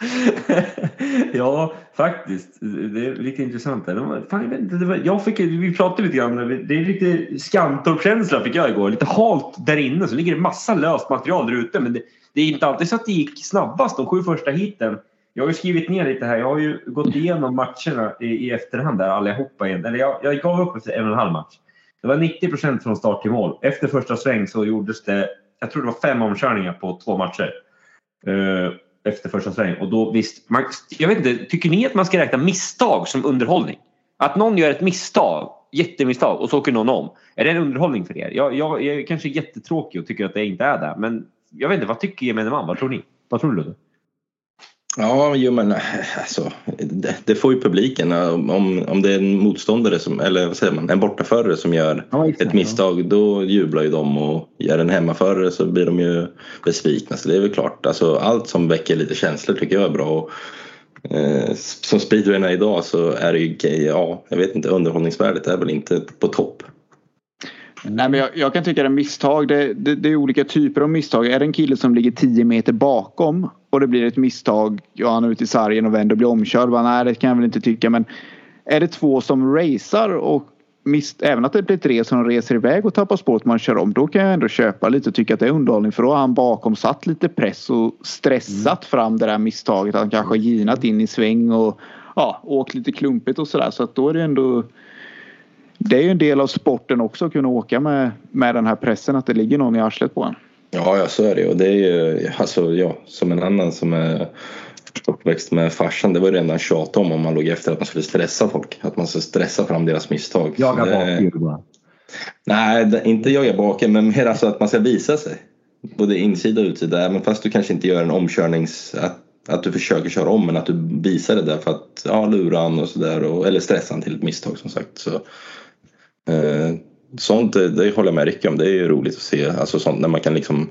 Ja, faktiskt. Det är lite intressant. Fan, jag vet inte, det var, jag fick, vi pratade lite grann. Det är lite Skantorp-känsla fick jag igår. Lite halt där inne. Så ligger det massa löst material där ute. Men det, det är inte alltid så att det gick snabbast de sju första hiten. Jag har ju skrivit ner lite här. Jag har ju gått igenom matcherna i, i efterhand där allihopa igen. Eller jag, jag gav upp efter en och en halv match. Det var nittio procent från start till mål. Efter första sväng så gjordes det, jag tror det var fem omkörningar på två matcher. Uh, efter första sväng. Och då visst, man, jag vet inte, tycker ni att man ska räkna misstag som underhållning? Att någon gör ett misstag, jättemisstag, och så åker någon om. Är det en underhållning för er? Jag, jag, jag är kanske jättetråkig och tycker att det inte är det. Men jag vet inte, vad tycker gemene man? Vad tror ni? Vad tror du? Ja, jo, men alltså, det, det får ju publiken. Om, om det är en motståndare som, eller vad säger man, en bortaförare som gör ja, ett misstag, då jublar ju de, och gör en hemmaförare så blir de ju besvikna. Så det är väl klart, alltså, allt som väcker lite känslor tycker jag är bra. Och, eh, som speedwayern är idag så är det ju, ja, jag vet inte, underhållningsvärdet är väl inte på topp. Nej, men jag, jag kan tycka att misstag, det, det, det är olika typer av misstag. Är det en kille som ligger tio meter bakom och det blir ett misstag, ja, han är ute i sargen och vänder och blir omkörd, bara, nej det kan jag väl inte tycka. Men är det två som racer och mist, även att det blir tre som reser iväg och tappar spåret man kör om, då kan jag ändå köpa lite och tycka att det är underhållning, för då har han bakom satt lite press och stressat mm. fram det där misstaget, att han kanske har ginat in i sväng och ja, åkt lite klumpigt och sådär, så att då är det ändå, det är ju en del av sporten också att kunna åka med, med den här pressen, att det ligger någon i arslet på en. Ja, ja, så är det. Och det är ju, alltså, ja, som en annan som är uppväxt med farsan, det var ju redan tjat om om man låg efter att man skulle stressa folk. Att man skulle stressa fram deras misstag. Jaga det... bak. Nej, inte jaga bak, men mer alltså att man ska visa sig. Både insida och utsida. Även fast du kanske inte gör en omkörnings... Att, att du försöker köra om, men att du visar det där för att ja, lura han och sådär. Eller stressa han till ett misstag som sagt. Så... Eh, sånt, det, det håller jag med Rick om. Det är ju roligt att se, alltså sånt när man kan liksom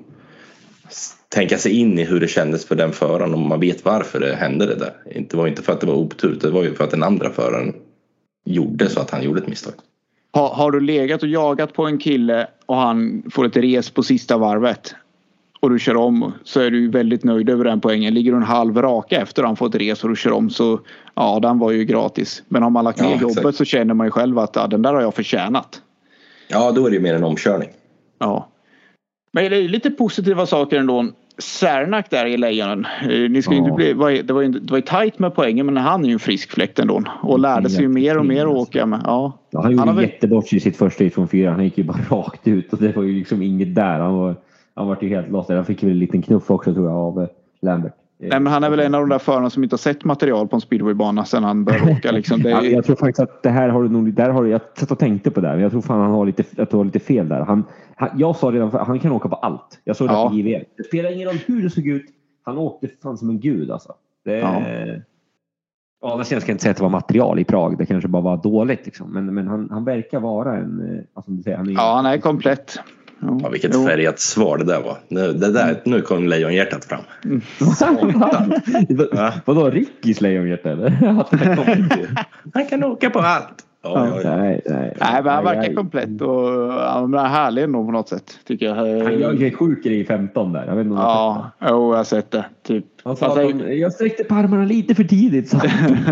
tänka sig in i hur det kändes för den föraren, och man vet varför det hände det där. Det var inte för att det var otur, det var ju för att den andra föraren gjorde så att han gjorde ett misstag. Har, har du legat och jagat på en kille och han får ett res på sista varvet och du kör om, så är du väldigt nöjd över den poängen. Ligger du en halv raka efter och han får ett res och du kör om, så ja, den var ju gratis. Men om man lagt ner ja, jobbet exakt, så känner man ju själv att ja, den där har jag förtjänat. Ja, då är det ju mer en omkörning. Ja. Men det är lite positiva saker ändå. Särnak där i Lejonen. Ni ska ja. inte bli, det var ju det var ju tajt med poängen, men han är ju en frisk fläkt ändå. Och lärde sig ju mer och mer att åka med. Ja. Ja, han gjorde han väl... jättebort i sitt första hit från fyra. Han gick ju bara rakt ut och det var ju liksom inget där. Han var, han var ju helt lost. Han fick ju en liten knuff också tror jag av Lambert. Nej, men han är väl en av de där förarna som inte har sett material på en speedwaybana sen han började åka. Liksom. Det är... ja, jag tror faktiskt att det här har du nog, där har du, jag satt och tänkte på det här. Jag tror fan han har lite, att du har lite fel där. Han, han, jag sa redan, han kan åka på allt. Jag såg det ja. på J V. Det spelar ingen roll hur det såg ut. Han åkte fan som en gud alltså. Det, ja. Ja, det ska jag inte säga att det var material i Prag. Det kanske bara var dåligt liksom. Men, men han, han verkar vara en... Alltså, du säger, han är, ja, han är komplett. Ja, ja vilket jo. färgat svar det där var. Det, det där, nu kom lejonhjärtat fram. Mm. ja. Vadå, Rickys lejonhjärta eller? Han kan åka på allt. Ja, ja, ja. Nej, nej, nej, men han verkar komplett och han är härlig ändå på något sätt tycker jag. Han gör en sjuk grej i femton där. Jag vet inte om ja, jo, jag har sett det. Typ. Han sa alltså, att jag sträckte på armarna lite för tidigt. Så.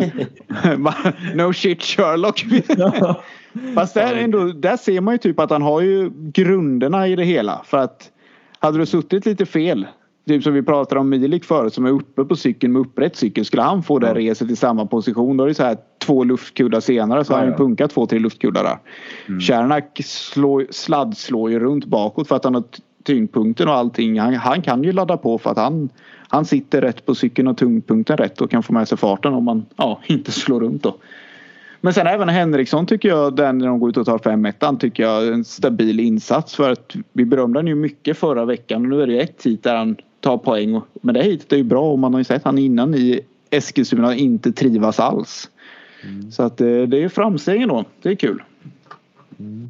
No shit Sherlock. Ja. Fast där, ändå, där ser man ju typ att han har ju grunderna i det hela. För att hade du suttit lite fel, typ som vi pratade om Milik förut som är uppe på cykeln med upprätt cykel. Skulle han få det ja. reset i samma position, då är det så här två luftkuddar senare så ja, har han ju punkat två, tre luftkuddar där. Mm. Kärnak slår, sladd slår ju runt bakåt för att han har tyngdpunkten och allting. Han, han kan ju ladda på för att han, han sitter rätt på cykeln och tyngdpunkten rätt och kan få med sig farten om man ja, inte slår runt då. Men sen även Henriksson tycker jag, den när de går ut och tar fem ett tycker jag är en stabil insats för att vi berömde han ju mycket förra veckan och nu är det ett hit där han tar poäng. Men det hitet är ju bra och man har ju sett han innan i Eskilstuna inte trivas alls. Mm. Så att det, det är framstegen då. Det är kul. Mm.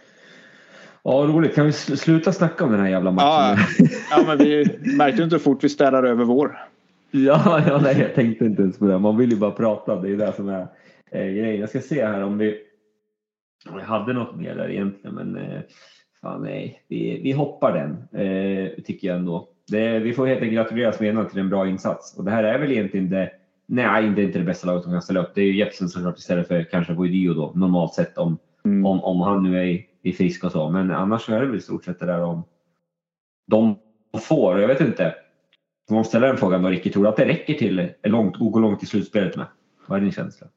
Ja, roligt. Kan vi sluta snacka om den här jävla matchen? Ja, ja men vi märkte inte hur fort vi städar över vår. Ja, ja nej, jag tänkte inte ens på det. Man vill ju bara prata. Det är det som är eh, grejen. Jag ska se här om vi, om vi hade något mer där egentligen. Men eh, fan nej. Vi, vi hoppar den. Eh, tycker jag ändå. Det, vi får helt enkelt gratulera Smedjan till en bra insats. Och det här är väl egentligen det... Nej, det är inte det bästa laget som kan ställa upp. Det är ju Jeppsen såklart istället för kanske Voidio då. Normalt sett om, mm. om, om han nu är, är frisk och så. Men annars så är det väl i stort sett det där om de får. Jag vet inte. Om man ställer den frågan då, Ricky, tror du att det räcker till långt, och gå långt i slutspelet med? Vad är din känsla?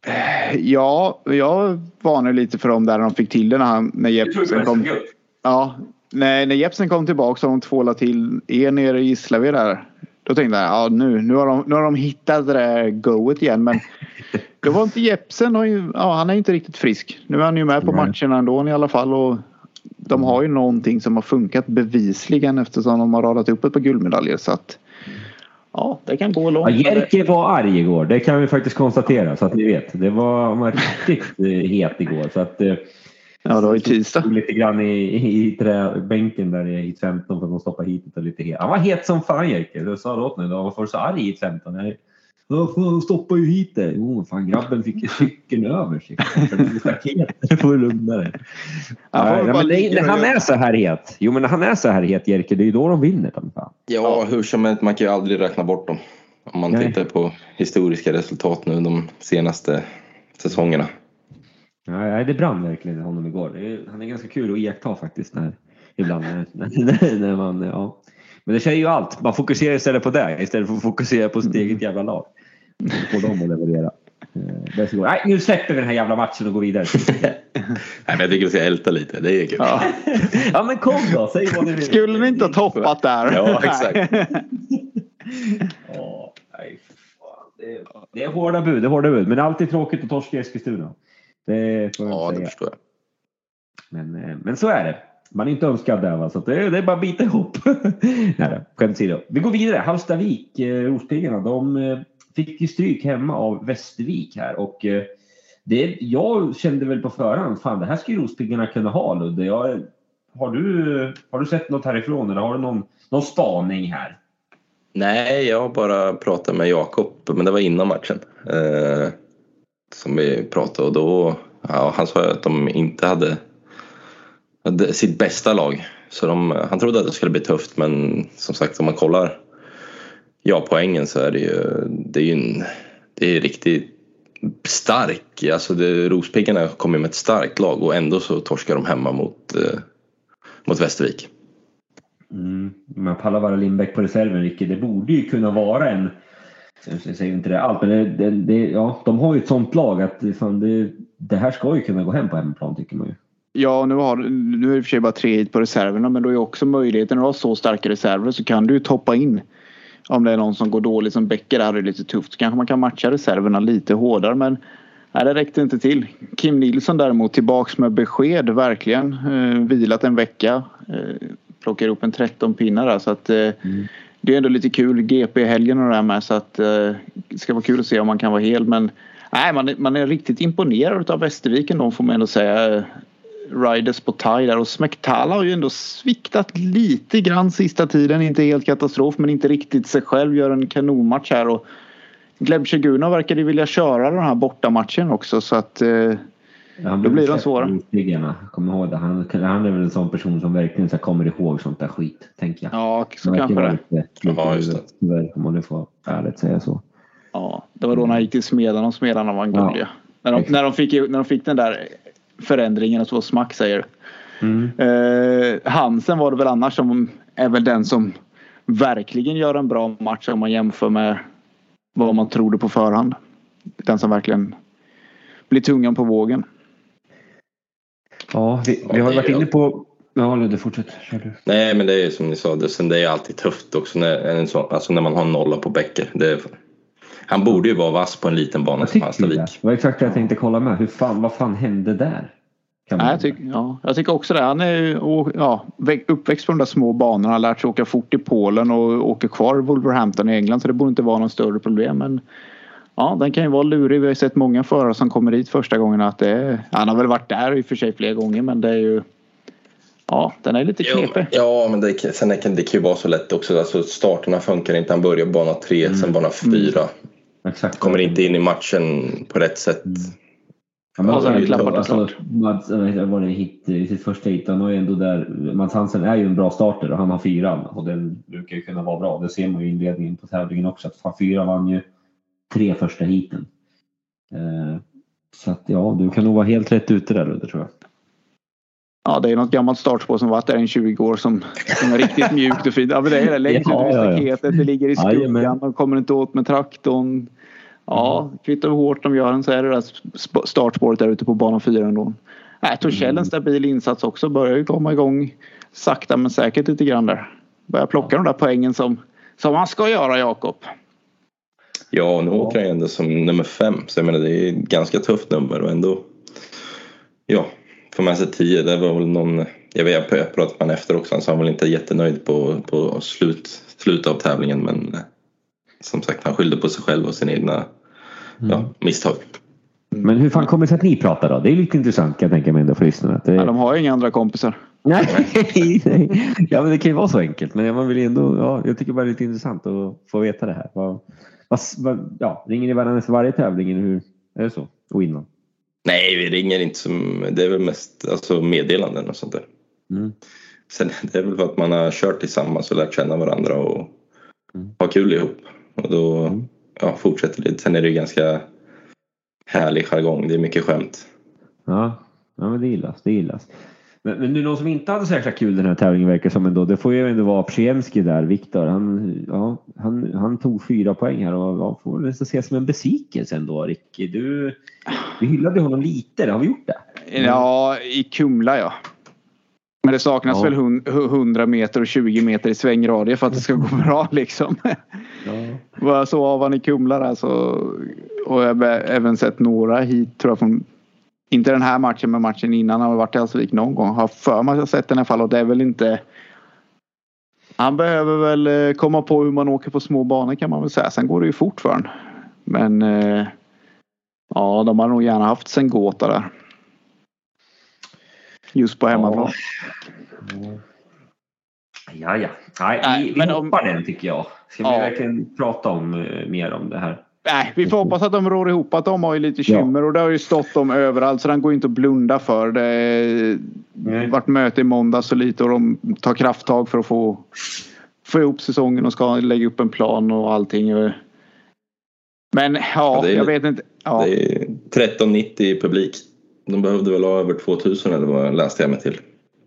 Ja, jag varnade lite för dem där de fick till det när, han, när Jeppsen kom. Ja, nej, när Jeppsen kom tillbaka så de tvålade till er nere i Gislaved där. Då tänkte jag, ja nu, nu, har de, nu har de hittat det där goet igen. Men det var inte Jeppsen. Och, ja, han är inte riktigt frisk. Nu är han ju med på matcherna ändå i alla fall. Och de har ju någonting som har funkat bevisligen eftersom de har radat upp ett par guldmedaljer. Så att, ja, det kan gå långt. Ja, Jerker var arg igår. Det kan vi faktiskt konstatera så att ni vet. Det var, han var riktigt het igår. Så att... Ja, det var ju tisdag. Lite grann i, i, i träbänken där i hit femton för att de stoppar hit och lite het. Han var het som fan, Jerker. Du sa det åt mig då. Varför var du så arg i hit femton? Nej. De stoppar ju hit det. Jo, fan, grabben fick cykeln över sig. Det får du lugna dig. Ja, ja, men det, det, han är så här het. Jo, men han är så här het, Jerker. Det är ju då de vinner. Fan. Ja, hur som helst. Man kan ju aldrig räkna bort dem. Om man Nej. tittar på historiska resultat nu de senaste säsongerna. Nej, det brann verkligen honom igår. Det är, han är ganska kul att iaktta faktiskt när, ibland när, när, när man, ja. Men det säger ju allt. Man fokuserar istället på det istället för att fokusera på sitt eget jävla lag. På dem att leverera. Nej, nu släpper vi den här jävla matchen och går vidare. Nej, men jag tycker vi ska älta lite. Det är kul. Ja, ja men kom då. Säg vad ni vill. Skulle ni inte ha toppat där? Ja, exakt. Åh, nej, fan. Det, är, det är hårda bud, det är hårda bud. Men det är alltid tråkigt att torska i Eskilstuna. Det får jag ja, säga. Det förstår jag. Men, men så är det. Man är inte önskad där, va? Så det, det är bara att bita ihop. Nej, skämt åsido. Vi går vidare. Hallstavik, eh, Rospiggarna, de eh, fick ju stryk hemma av Västervik här. Och eh, det, jag kände väl på förhand, fan det här ska ju Rospiggarna kunna ha, Ludde. Jag, har, du, har du sett något härifrån eller har du någon, någon spaning här? Nej, jag bara pratade med Jakob, men det var innan matchen. Eh, som vi pratade och då, ja, han sa att de inte hade, hade sitt bästa lag. Så de, han trodde att det skulle bli tufft, men som sagt om man kollar ja poängen så är det ju, det är ju en, det är riktigt stark. Alltså det, Rospiggarna kommer med ett starkt lag och ändå så torskar de hemma mot, eh, mot Västervik. Mm, men Pallavara Lindbäck på reserven, Ricky, det borde ju kunna vara en, jag säger inte det allt, men det, det, det, ja, de har ju ett sånt lag att fan, det, det här ska ju kunna gå hem på hemmaplan tycker man ju. Ja, nu, har, nu är det i och för sig bara tre hit på reserverna, men då är också möjligheten att ha så starka reserver så kan du ju toppa in. Om det är någon som går dåligt som Bäcker, där är det lite tufft. Så kanske man kan matcha reserverna lite hårdare, men nej, det räckte inte till. Kim Nilsson däremot tillbaks med besked, verkligen. Eh, vilat en vecka. Eh, plockar upp en tretton pinnar där, så att eh, mm. det är ändå lite kul. G P-helgen och det här med, så att eh, ska vara kul att se om man kan vara hel. Men nej, man, är, man är riktigt imponerad av Västerviken. De får man ändå säga. Riders på taj där. Och Smektala har ju ändå sviktat lite grann sista tiden. Inte helt katastrof, men inte riktigt sig själv. Gör en kanonmatch här. Och Gleb Tjeguna verkar ju vilja köra den här bortamatchen också. Så att... Eh, Ja, då blir de svåra. Kom ihåg det. Han, han är väl en sån person som verkligen så kommer ihåg sånt där skit, tänker jag. Ja, så kanske det. Lite, ja, just det. Om man nu får ärligt säga så. Ja, det var då när han gick till Smedan och Smedarna var en gulliga. Ja, när, de, när, de fick, när de fick den där förändringen så var smack, säger mm. eh, Hansen var det väl annars som är väl den som verkligen gör en bra match om man jämför med vad man trodde på förhand. Den som verkligen blir tungan på vågen. Ja, vi, vi har varit inne på... Ja, Ludde, fortsätt. Nej, men det är som ni sa, det, sen det är alltid tufft också när, en sån, alltså när man har nolla på Bäcker. Det är, han borde ju vara vass på en liten bana som Hallstavik. Det var exakt det jag tänkte kolla med. Hur fan, vad fan hände där? Nej, jag, tycker, ja, jag tycker också det. Han är ju ja, uppväxt på de där små banorna. Han har lärt sig åka fort i Polen och åker kvar i Wolverhampton i England. Så det borde inte vara någon större problem. Men ja, den kan ju vara lurig. Vi har sett många förare som kommer hit första gången. Att det är, han har väl varit där i och för sig flera gånger. Men det är ju... Ja, den är lite knepig. Ja, men det, sen det kan det kan ju vara så lätt också. Alltså, starterna funkar inte. Han börjar bana tre, mm. sen bana fyra. Mm. Exakt. Kommer inte in i matchen på rätt sätt. Mm. Ja, men alltså, klart, alltså, Mads var det hit i sitt första hit. Han är ju ändå där. Mads Hansen är ju en bra starter och han har fyran. Och den brukar ju kunna vara bra. Det ser man ju i inledningen på tävlingen också. Att han fyra vann ju tre första hiten. Eh, så att ja, du kan nog vara helt rätt ute där, Ludde, tror jag. Ja, det är något gammalt startspår som varit där i tjugo år som, som är riktigt mjukt och fint. Ja, men det är det. Längst ut i staketet, det ligger i skuggan. De kommer inte åt med traktorn. Ja, kvittar hur hårt de gör den så är det där startspåret där ute på banan fyra ändå. Nej, Torshäll en stabil insats också. Börjar ju komma igång sakta men säkert lite grann där. Börjar plocka de där poängen som, som han ska göra, Jakob. Ja, nu åker han ändå som nummer fem. Så jag menar, det är ett ganska tufft nummer och ändå... Ja, får med sig tio. Det var väl någon... Jag vet, jag pratade med han efter också. Så han var väl inte jättenöjd på, på slut, slut av tävlingen. Men som sagt, han skyllde på sig själv och sina egna mm. ja, misstag. Men hur fan kommer det sig att ni pratar då? Det är lite intressant, kan jag tänka mig ändå för lyssnarna. Det... Ja, de har ju inga andra kompisar. Nej, nej. Ja, men det kan ju vara så enkelt. Men man vill ändå, ja, jag tycker bara det är lite intressant att få veta det här. Vad, vad, ja, ringer ni varandra för varje tävling? Hur är det så? Och innan? Nej, vi ringer inte som... Det är väl mest alltså, meddelanden och sånt där. Mm. Sen det är väl för att man har kört tillsammans och lärt känna varandra och mm. ha kul ihop. Och då mm. ja, fortsätter det. Sen är det ganska härlig jargong. Det är mycket skämt. Ja, ja men det gillas. Det gillas. Men, men nu någon som inte hade så jäkla kul den här tävlingen verkar som ändå. Det får ju ändå vara Przyjemski där, Viktor. Han, ja, han, han tog fyra poäng här och ja, får nästan se som en besvikelse ändå, Ricky. Du, du hyllade honom lite, har vi gjort det? Mm. Ja, i Kumla ja. Men det saknas ja. väl hundra meter och tjugo meter i svängradie för att det ska gå bra liksom. Ja. Bara så av han i Kumla där så, och jag har även sett några hit tror jag från, inte den här matchen men matchen innan, han har varit i Hallstavik någon gång. Har för mig att jag sett den i alla fall och det är väl inte, han behöver väl komma på hur man åker på små banor kan man väl säga. Sen går det ju fort för han. Men ja, de har nog gärna haft sen Gåta där. Just på hemmaplan. Ja, ja. ja. Nej, Nej, vi, vi hoppar om, den tycker jag. Ska ja. vi verkligen prata om uh, mer om det här? Nej, vi får hoppas att de rår ihop. Att de har ju lite kymmer ja. och det har ju stått dem överallt. Så den går inte att blunda för. Det har varit möte i måndag så lite och de tar krafttag för att få, få ihop säsongen och ska lägga upp en plan och allting. Men ja, ja är, jag vet inte. Ja. Det är tretton nittio i publik. De behövde väl ha över tvåtusen eller vad läste jag mig till.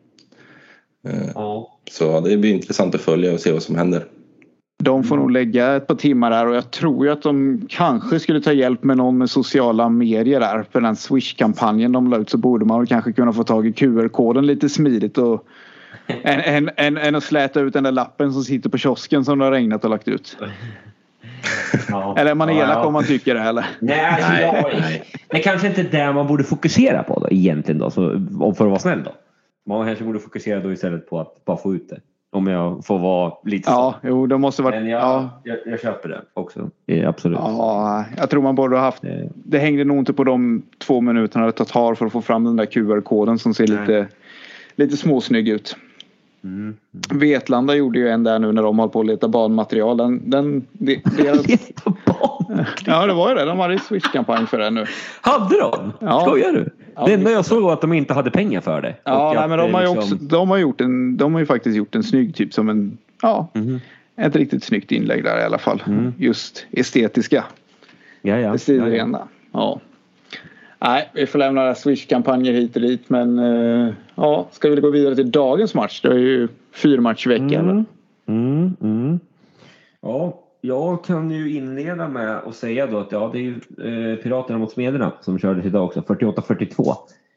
Ja. Så det blir intressant att följa och se vad som händer. De får nog lägga ett par timmar där och jag tror ju att de kanske skulle ta hjälp med någon med sociala medier där. För den Swish-kampanjen de la ut så borde man väl kanske kunna få tag i Q R-koden lite smidigt och en, en, en, en att släta ut den där lappen som sitter på kiosken som det har regnat och lagt ut. Ja. Eller är man elak ja, ja. om man tycker det eller? Nej, alltså, nej, nej. Det är kanske inte det man borde fokusera på då, egentligen då. Så, om för att vara snäll då. Man kanske borde fokusera då istället på att bara få ut det. Om jag får vara lite ja, så. Jo, det måste vara. Men jag, ja. jag, jag köper det också. Ja, absolut. Ja, jag tror man borde ha haft. Det, det hängde nog inte på de två minuterna det tar för att få fram den där Q R-koden som ser Nej. lite, lite småsnygg ut. Mm. Mm. Vetlanda gjorde ju en där nu när de håller på att leta barnmaterial. Den, den, det, deras... leta barn? Ja, det var ju det. De hade ju Swish-kampanj för det nu. Hade de? Ja. Skojar du? Ja, det enda jag såg var att de inte hade pengar för det. Ja, nej, men de har, ju liksom... också, de, har gjort en, de har ju faktiskt gjort en snygg typ som en, ja, mm. ett riktigt snyggt inlägg där i alla fall. Mm. Just estetiska. Ja, ja. Det ja, ja. ja. Nej, vi får lämna Swish-kampanjer hit och dit. Men uh, ja, ska vi gå vidare till dagens match? Det är ju fyrmatchvecka. Mm. Mm. Mm. Ja, jag kan ju inleda med att säga då att ja, det är ju eh, Piraterna mot Smederna som kördes idag också, fyrtioåtta fyrtiotvå.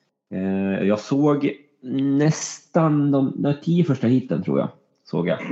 Eh, jag såg nästan de, de tio första hiten tror jag, såg jag.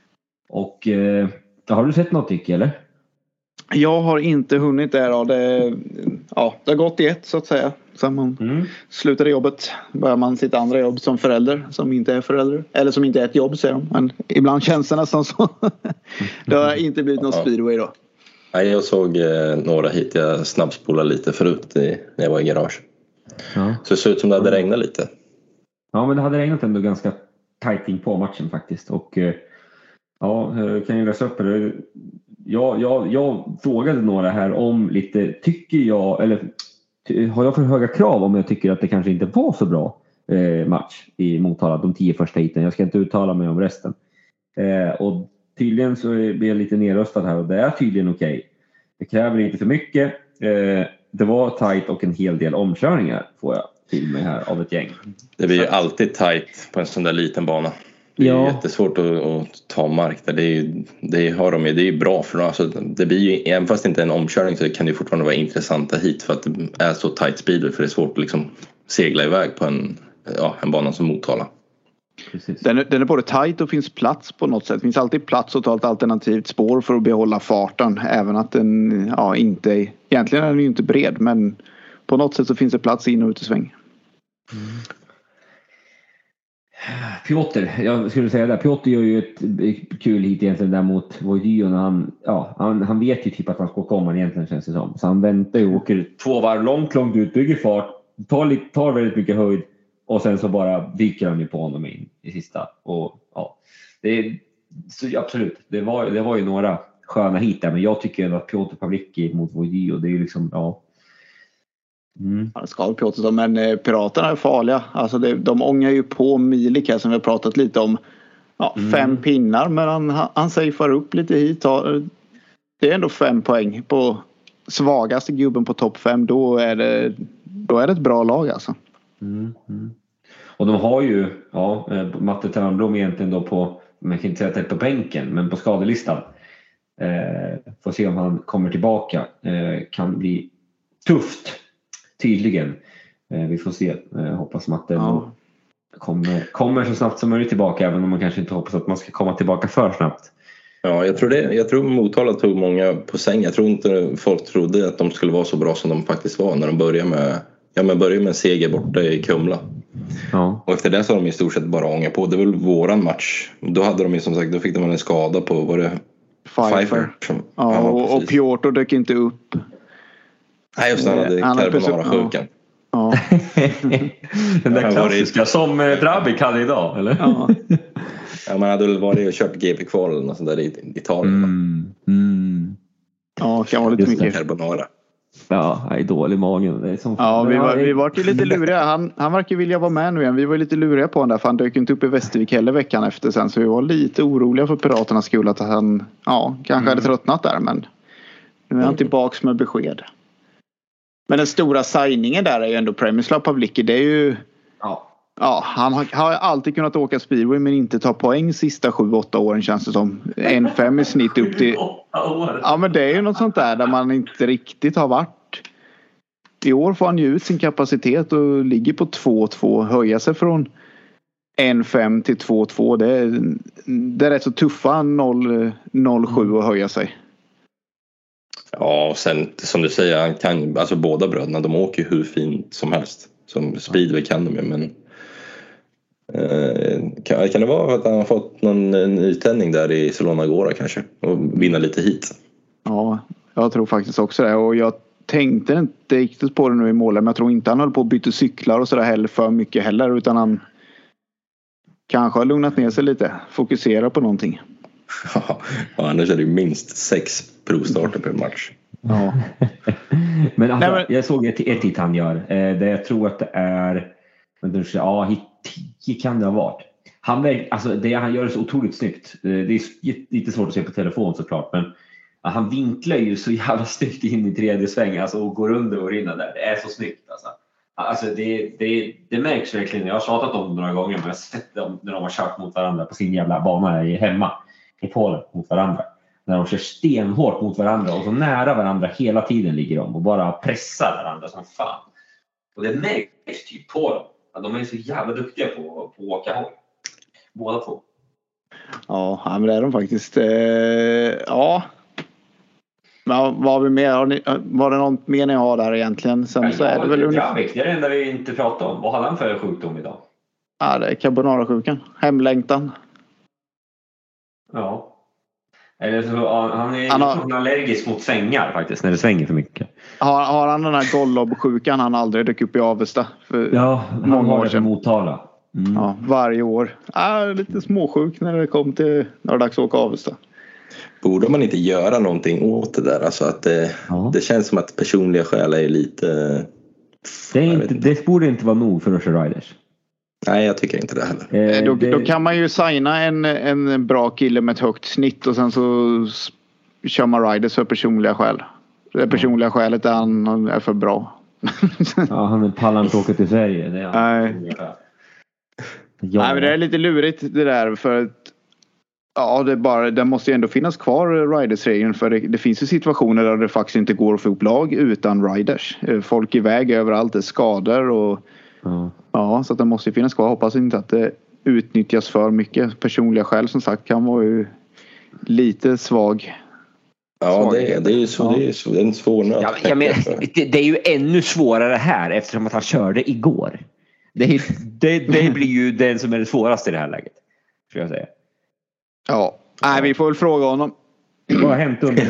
Och eh, har du sett något tycker eller? Jag har inte hunnit där. Ja, det, ja, det har gått i ett så att säga. Sen man mm. slutade jobbet börjar man sitt andra jobb som förälder som inte är förälder. Eller som inte är ett jobb säger de. Men ibland känns det nästan så. Det har inte blivit någon speedway då. Nej, jag såg eh, några hit. Jag snabbspolade lite förut i, när jag var i garage. Ja. Så det ser ut som det hade regnat lite. Ja, men det hade regnat ändå ganska tajt in på matchen faktiskt. Och eh, ja, kan jag läsa upp det? Jag, jag, jag frågade några här om lite, tycker jag, eller har jag för höga krav om jag tycker att det kanske inte var så bra eh, match i Motala, de tio första hiten. Jag ska inte uttala mig om resten. Eh, och tydligen så blir jag lite nerröstad här och det är tydligen okej. Okay. Det kräver inte för mycket. Eh, det var tajt och en hel del omkörningar får jag till mig här av ett gäng. Det blir ju alltid tajt på en sån där liten bana. Det är ja. jättesvårt att, att ta mark där. Det, är, det har de ju, det är bra för dem. Alltså, det blir ju, även fast det inte är en omkörning så kan det fortfarande vara intressanta hit för att det är så tight speeder för det är svårt att liksom segla iväg på en, ja, en bana som Motala. Den är, den är både tight och finns plats på något sätt. Det finns alltid plats att ta ett alternativt spår för att behålla farten. Även att den ja, inte är, egentligen är den ju inte bred men på något sätt så finns det plats in och ut i sväng. Mm. Piotr, jag skulle säga det. Piotr gör ju ett kul hit egentligen där mot Voidio när han, ja, han, han vet ju typ att han ska komma egentligen känns det som. Så han väntar ju och åker två varv långt, långt ut, bygger fart, tar, lite, tar väldigt mycket höjd och sen så bara dyker han ju på honom in i sista. Och ja, det är, så absolut, det var, det var ju några sköna hit där men jag tycker ändå att Piotr Pawlicki mot Voidio, det är ju liksom, ja. Mm. Ja, det ska väl Piotr men eh, piraterna är farliga. Alltså det, de ångar ju på Milik här som vi har pratat lite om. Ja, mm. Fem pinnar men han, han safear upp lite hit. Det är ändå fem poäng på svagaste gubben på topp fem. Då är det, då är det ett bra lag alltså. Mm. Mm. Och de har ju ja, Matte Törnblom egentligen då på, man kan inte säga att det är på bänken men på skadelistan. Eh, får se om han kommer tillbaka. Eh, kan bli tufft. Tydligen. Eh, vi får se. Eh, hoppas att den ja. kommer, kommer så snabbt som möjligt tillbaka. Även om man kanske inte hoppas att man ska komma tillbaka för snabbt. Ja, jag tror det. Jag tror Motala tog många på säng. Jag tror inte folk trodde att de skulle vara så bra som de faktiskt var. När de började med, ja, men började med en seger borta i Kumla. Ja. Och efter det så har de i stort sett bara ångat på. Det var väl våran match. Då hade de ju som sagt, då fick de en skada på, var det Pfeiffer? Ja, ja, och, och Piotr dök inte upp. Nej, just det, han hade carbonara-sjukan. Ja. Den där klassiska som eh, Drabik hade idag, eller? Ja. Ja, man hade väl varit och kört G P-kval och sånt där i Italien. Mm. Mm. Ja, kan vara lite just mycket. Carbonara. Ja, jag är dålig i magen. Det är som... Ja, vi var, vi var ju lite luriga. Han, han verkar vilja vara med nu igen. Vi var lite luriga på honom där, för han dök inte upp i Västervik heller veckan efter sen. Så vi var lite oroliga för Piraternas skull att han ja, kanske mm. hade tröttnat där, men nu är han tillbaks med besked. Men den stora signingen där är ju ändå Premislav Pawlicki. Det är ju... Ja. Ja, han har, har alltid kunnat åka speedway men inte ta poäng sista sju åtta åren känns det som. en fem i snitt upp till... Ja, men det är ju något sånt där där man inte riktigt har varit. I år får han ju ut sin kapacitet och ligger på två två. Höja sig från en fem till två två. Det är, det är rätt så tuffa noll sju att höja sig. Ja, och sen som du säger, han kan, alltså båda bröderna, de åker hur fint som helst. Som speedway kan de ju, men Eh, kan, kan det vara att han har fått någon nytändning där i Solana Gora kanske och vinna lite hit? Ja, jag tror faktiskt också det, och jag tänkte inte riktigt på det nu i målet, men jag tror inte han höll på att byta cyklar och sådär heller för mycket heller, utan han kanske har lugnat ner sig lite, fokusera på någonting. Ja, annars är det ju minst sex provstarter per match. Ja. Men alltså, Nej, men jag såg ett, ett hit han gör. Eh, där jag tror att det är... Men ja, hit tio kan det ha varit. Han, väg, alltså, det han gör är så otroligt snyggt. Eh, det är lite svårt att se på telefon såklart. Men ja, han vinklar ju så jävla snyggt in i tredje sväng. Alltså, och går under och rinner där. Det är så snyggt. Alltså, alltså det, det, det märks verkligen. Jag har tjatat om det några gånger. Men jag har sett dem när de har kört mot varandra på sin jävla bana hemma. I Polen mot varandra. När de kör stenhårt mot varandra och så nära varandra hela tiden ligger de och bara pressar varandra som fan. Och det märks typ på dem. Att de är så jävla duktiga på, på att åka håll. Båda två. Ja, men det är de faktiskt. Eh, ja. Men vad har vi mer? Har ni, var det något mer ni har där egentligen? Sen ja, så är det väl ungefär... Det är det enda vi inte pratar om. Vad har han för sjukdom idag? Ja, det är carbonara-sjukan. Hemlängtan. Ja. Eller så, han är han har, allergisk mot svängar faktiskt, när det svänger för mycket. Har, har han den här Gollob-sjukan han aldrig dök upp i Avesta? För ja, han har det för Motala. Mm. Ja, varje år. Ja, lite småsjuk när det kom till när det är dags att åka Avesta. Borde man inte göra någonting åt det där? Alltså att det, ja. det känns som att personliga skäl är lite... Det, är inte, det borde inte vara nog för Russia Riders. Nej, jag tycker inte det heller. Eh, då, det... då kan man ju signa en, en bra kille med ett högt snitt och sen så kör man Riders för personliga skäl. Det personliga skälet är att han är för bra. Ja, han pallar inte åka till Sverige. Det är Nej. Nej, men det är lite lurigt det där för att ja, det, bara, det måste ju ändå finnas kvar Riders-regeln för det, det finns ju situationer där det faktiskt inte går att få upp lag utan Riders. Folk är iväg överallt, det är skador och mm. ja, så att det måste ju finnas kvar. Hoppas inte att det utnyttjas för mycket. Personliga skäl som sagt kan vara ju lite svag. Ja, det är, det är, så, ja. Det är så, det är en svår nöt. Ja, ja, men, det, det är ju ännu svårare här eftersom att han körde igår. Det, det, det blir ju den som är det svåraste i det här läget, skulle jag säga. Ja, nej, vi får väl fråga honom. Vad har hänt under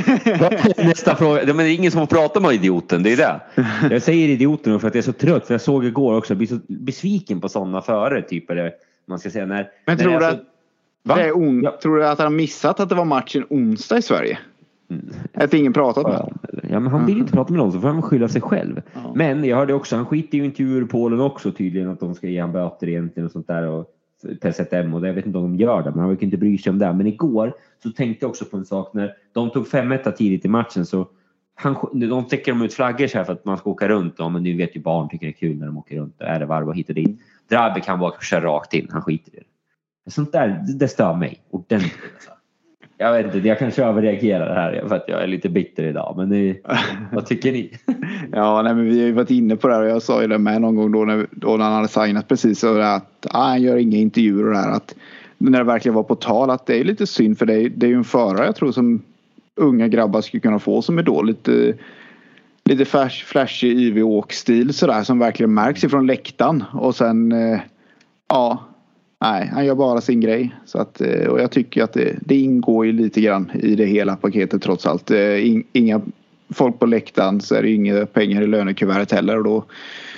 ja. Nästa fråga. Men det är ingen som får prata med idioten, det är det. Jag säger idioten för att jag är så trött. För jag såg igår också, jag blir så besviken på sådana förare typ, eller man ska säga när. Men tror när du alltså, att det är on- ja. tror du att han har missat att det var matchen onsdag i Sverige? Mm. Att ingen pratat med honom. Ja, men han vill inte prata med någon, så får han skylla sig själv. Ja. Men jag hörde också, han skiter ju intervjuer i Polen också tydligen, att de ska ge han böter egentligen och sånt där och P S ett M, och det, jag vet inte om de gör det, men han verkar inte bry sig om det. Men igår så tänkte jag också på en sak, när de tog fem ett tidigt i matchen så han, de täcker de ut flaggor så här för att man ska åka runt. Ja, men nu vet ju barn tycker det är kul när de åker runt, är det varv och hit och dit. Drabe kan bara köra rakt in, han skiter i det. Sånt där, det stör mig ordentligt alltså. Jag vet inte, jag kanske överreagerar här för att jag är lite bitter idag, men det, vad tycker ni? Ja, nej, men vi har ju varit inne på det här och jag sa ju det med någon gång då när, då när han hade signat precis så att ah, han gör inga intervjuer och det här, att när det verkligen var på tal att det är lite synd för det, det är ju en förare jag tror som unga grabbar skulle kunna få som är då lite lite flash, flashig Y V-åkstil sådär som verkligen märks ifrån läktaren och sen eh, ja nej, han gör bara sin grej. Så att, och jag tycker att det, det ingår ju lite grann i det hela paketet trots allt. Inga folk på läktaren, så är det inga pengar i lönekuvertet heller. Och då,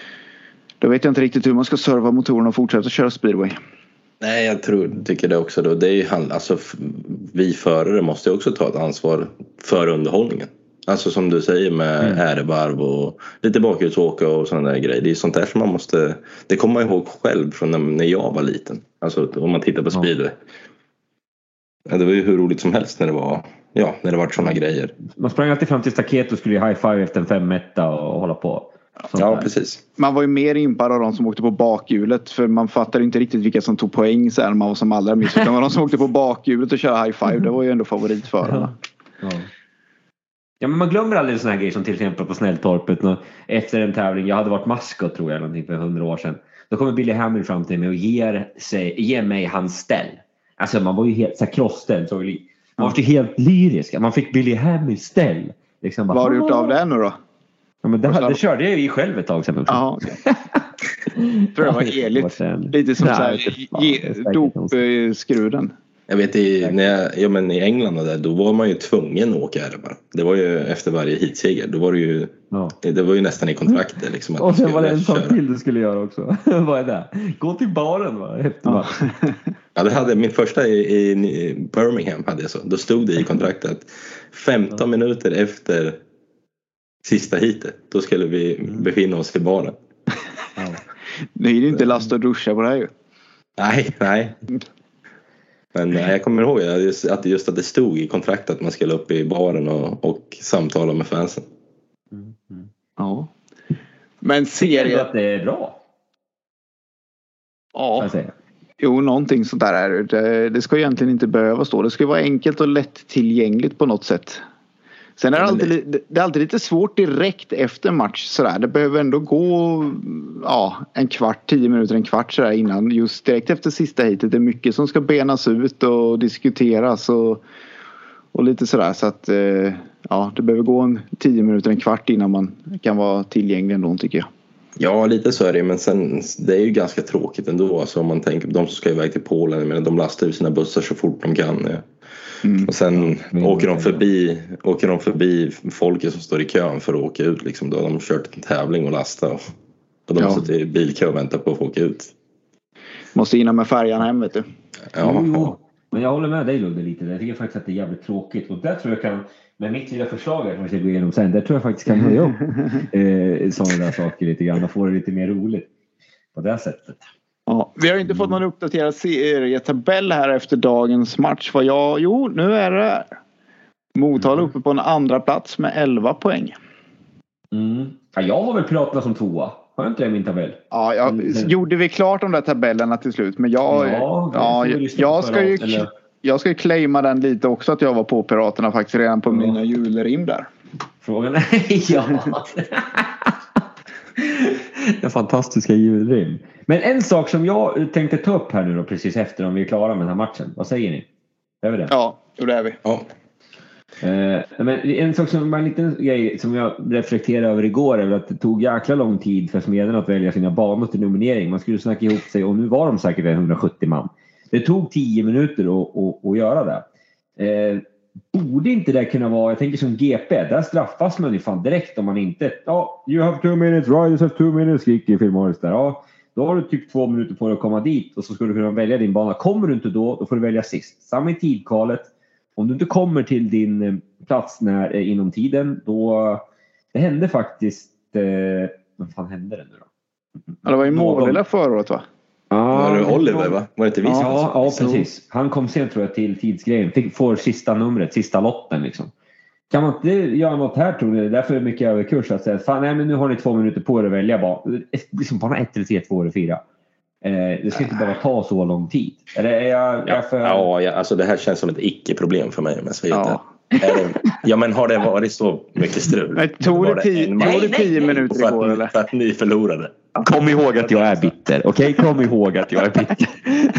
då vet jag inte riktigt hur man ska serva motorn och fortsätta köra speedway. Nej, jag tror, tycker det också. Då. Det är ju, alltså, vi förare måste också ta ett ansvar för underhållningen. Alltså som du säger med mm. ärevarv och lite bakhudsåka och sådana där grejer. Det är sånt där som man måste... Det kommer man ihåg själv från när jag var liten. Alltså om man tittar på speedway. Ja, det var ju hur roligt som helst när det var, ja, när det var sådana grejer. Man sprang alltid fram till staket och skulle ju high-five efter en fem etta och hålla på. Ja, där. Precis. Man var ju mer impad av de som åkte på bakhjulet. För man fattade inte riktigt vilka som tog poäng så här, man var som allra minst. Utan de som åkte på bakhjulet och körde high-five, det var ju ändå favoritförarna. Ja. Ja, men man glömmer aldrig såna här grejer som till exempel på Snälltorpet efter en tävling. Jag hade varit maskot tror jag någonting för hundra år sedan. Då kommer Billy Hamilton fram till mig och ger, sig, ger mig hans ställ. Alltså man var ju helt så här krossställ. Så man var ju helt lyrisk. Man fick Billy Hamilton ställ. Liksom bara, vad har du gjort av det nu då? Ja, men det, det körde jag ju själv ett tag sedan. Ja, okay. tror jag var heligt. Lite som såhär dopskruden. Jag vet i, när jag, ja, men i England och där, då var man ju tvungen att åka här bara. Det var ju efter varje hitseger. Då var det ju, ja. det var ju nästan i kontraktet. Liksom, att och sen var det en sak till du skulle göra också. Vad är det? Gå till baren va? Efter ja. ja, det hade min första i, i Birmingham hade jag så. Då stod det i kontraktet femton ja. minuter efter sista hitet. Då skulle vi mm. befinna oss vid baren. Ja. Nu är det inte last och duscha på det här ju. Nej, nej. Men jag kommer ihåg att just att det stod i kontraktet att man skulle upp i baren och, och samtala med fansen. Mm, mm. Ja. Men ser du att det är bra? Ja. Jo, någonting sådär är det. det. Det ska egentligen inte behöva stå. Det ska vara enkelt och lätt tillgängligt på något sätt. Sen är det alltid, det är alltid lite svårt direkt efter match sådär. Det behöver ändå gå ja, en kvart, tio minuter, en kvart sådär innan. Just direkt efter sista hitet. Det är mycket som ska benas ut och diskuteras och, och lite sådär. Så att ja, det behöver gå en tio minuter, en kvart innan man kan vara tillgänglig ändå tycker jag. Ja, lite så är det. Men sen, det är ju ganska tråkigt ändå. Alltså, om man tänker på de som ska iväg till Polen. Men de lastar ju sina bussar så fort de kan. Ja. Mm. Och sen ja, åker de förbi åker de förbi folket som står i kön för att åka ut liksom. Då har de kört en tävling och lasta och, och de ja. måste till bilkö och vänta på att få åka ut. Måste innan med färjan hem vet du. Ja. Jo, jo. Men jag håller med dig Ludde lite. Jag tycker faktiskt att det är jävligt tråkigt. Och där tror jag kan, med mitt lilla förslag här som jag ska gå igenom sen, där tror jag faktiskt kan höja upp eh, sådana där saker lite grann och få det lite mer roligt på det sättet. Ja, vi har inte fått någon uppdaterad serietabell här efter dagens match. Vad jag, jo, nu är det Motala uppe på en andra plats med elva poäng. Mm. Ja, jag har väl Piraterna som tvåa. Har jag inte det i min tabell? Ja, jag, mm. gjorde vi klart de där tabellerna till slut. Men jag, ja, ja, jag, jag, ska ju, eller? jag ska ju claima den lite också att jag var på Piraterna faktiskt redan på ja. mina julrim där. Frågan är ja. Den fantastiska julrim. Men en sak som jag tänkte ta upp här nu då precis efter om vi är klara med den här matchen. Vad säger ni? Är vi det? Ja, det är vi. Ja. Eh, men en sak som var en liten grej som jag reflekterade över igår är att det tog jäkla lång tid för Smeden att välja sina banor till nominering. Man skulle snacka ihop sig och nu var de säkert hundrasjuttio man. Det tog tio minuter att, att, att göra det. Eh, borde inte det kunna vara, jag tänker som G P, där straffas man ju fan direkt om man inte, ja, you have two minutes, riders have two minutes, skriker i filmhållet där, ja. Då har du typ två minuter på dig att komma dit och så ska du kunna välja din bana. Kommer du inte då, då får du välja sist. Samma i tidkalet. Om du inte kommer till din plats när, eh, inom tiden, då det hände faktiskt, eh, vad fan hände det nu då? Ja, det var ju mål förra året va? Ja, var det Oliver va? Var det inte vi som ja, ja, precis. Han kom sen tror jag till tidsgrejen. Fick, får sista numret, sista lotten liksom. Kan man inte göra något här tror ni? Därför är det mycket överkurs att säga fan nej men nu har ni två minuter på er att välja bara. Liksom bara ett eller tre, två eller fyra. Eh, det ska inte bara ta så lång tid. Eller är jag, ja, för... ja, ja, alltså det här känns som ett icke-problem för mig. Men så ja. Det, ja men har det varit så mycket strul? Nej, tog det tio, nej, det tio nej, minuter för igår att, eller? För att ni förlorade. Kom ihåg att jag är bitter. Okej, okay? Kom ihåg att jag är bitter.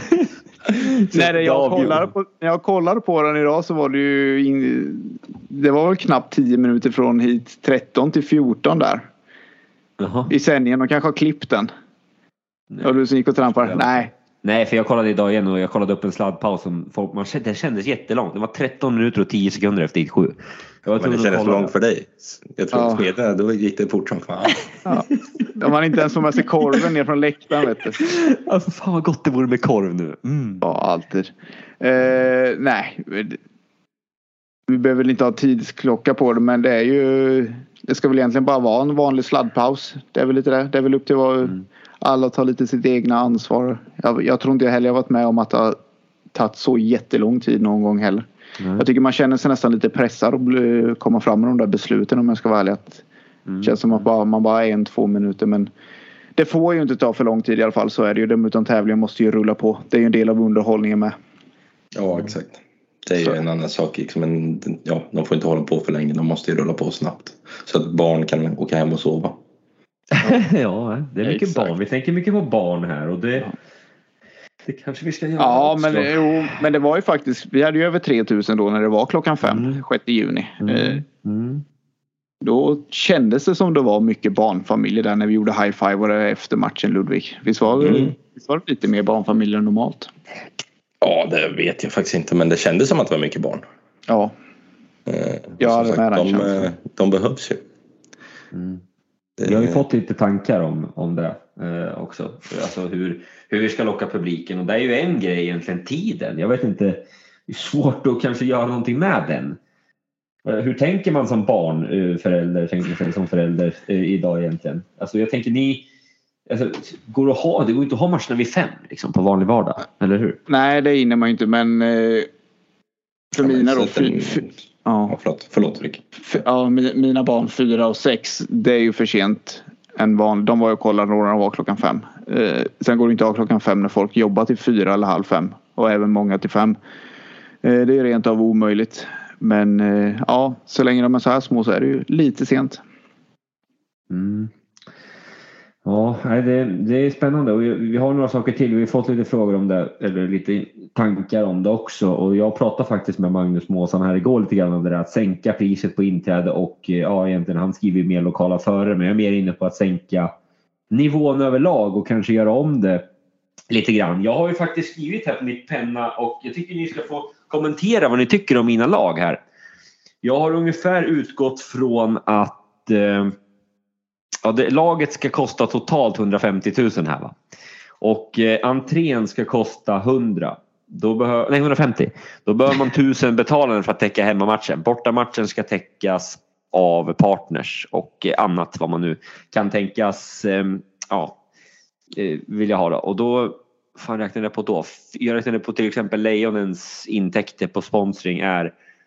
När jag kollade på, när jag kollade på den idag så var det ju in, det var väl knappt tio minuter från hit tretton till fjorton där. Jaha. I sändningen och kanske har klippt den. Och du som gick och trampade. Nej. Nej, för jag kollade idag igen och jag kollade upp en sladdpaus som folk, man, det kändes jättelångt. Det var tretton minuter och tio sekunder efter hit sju. Ja, men det kändes för långt för dig. Jag tror ja. att smeden, då gick det fort som fan. Ja. Om man inte ens får med sig korven ner från läktaren, vet du. Alltså fan vad gott det vore med korv nu. Mm. Ja, alltid. Eh, nej. Vi behöver väl inte ha tidsklocka på det, men det är ju, det ska väl egentligen bara vara en vanlig sladdpaus. Det är väl lite det. Det är väl upp till vad mm. alla tar lite sitt egna ansvar. Jag, jag tror inte jag heller har varit med om att det har tagit så jättelång tid någon gång heller. Mm. Jag tycker man känner sig nästan lite pressad och bli, komma fram med de där besluten om jag ska vara ärlig. Att mm. känns som att bara, man bara är en, två minuter. Men det får ju inte ta för lång tid i alla fall. Så är det ju. De utan tävlingen måste ju rulla på. Det är ju en del av underhållningen med. Ja, exakt. Det är ju så. En annan sak. Liksom en, ja, de får inte hålla på för länge. De måste ju rulla på snabbt. Så att barn kan åka hem och sova. Ja, det är mycket exakt. Barn. Vi tänker mycket på barn här. Och det... Ja. Det kanske vi ska göra. Ja, men, jo, men det var ju faktiskt, vi hade ju över tre tusen då när det var klockan fem, mm. sjätte juni. Mm. Mm. då kändes det som det var mycket barnfamiljer där när vi gjorde high five efter matchen, Ludvig. Visst var det, mm. visst var det lite mer barnfamiljer än normalt? Ja, det vet jag faktiskt inte, men det kändes som att det var mycket barn. Ja. Eh, ja, sagt, de, de behövs ju. Mm. Vi har ju fått lite tankar om, om det eh, också. Alltså hur, hur vi ska locka publiken. Och det är ju en grej egentligen, tiden. Jag vet inte, det är svårt att kanske göra någonting med den. Hur tänker man som barn, förälder, tänker man som förälder idag egentligen? Alltså jag tänker ni, alltså, går att ha, det går inte att ha matcherna vid fem liksom, på vanlig vardag, eller hur? Nej, det hinner man ju inte, men eh, för ja, mina då, fy, fy, ja. Ja, förlåt, förlåt Rick. För, ja, mina barn fyra och sex, det är ju för sent. En van, de var ju och kollade när de var klockan fem. Eh, sen går det inte av klockan fem när folk jobbar till fyra eller halv fem. Och även många till fem. Eh, det är rent av omöjligt. Men eh, ja, så länge de är så här små så är det ju lite sent. Mm. Ja, det, det är spännande. Och vi har några saker till. Vi har fått lite frågor om det. Eller lite tankar om det också. Och jag pratade faktiskt med Magnus Måsan här igår lite grann om det där. Att sänka priset på inträde. Och ja, egentligen han skriver mer lokala förare. Men jag är mer inne på att sänka nivån överlag. Och kanske göra om det lite grann. Jag har ju faktiskt skrivit här på mitt penna. Och jag tycker ni ska få kommentera vad ni tycker om mina lag här. Jag har ungefär utgått från att eh, ja, det, laget ska kosta totalt hundrafemtio tusen här va. Och eh, entrén ska kosta hundra. Då behö, nej, hundrafemtio. Då behöver man tusen betalande för att täcka hemmamatchen. Bortamatchen ska täckas av partners och eh, annat vad man nu kan tänkas eh, ja, eh, vill jag ha då. Och då fan räknar jag på då? Jag räknar på till exempel Lejonens intäkter på sponsring är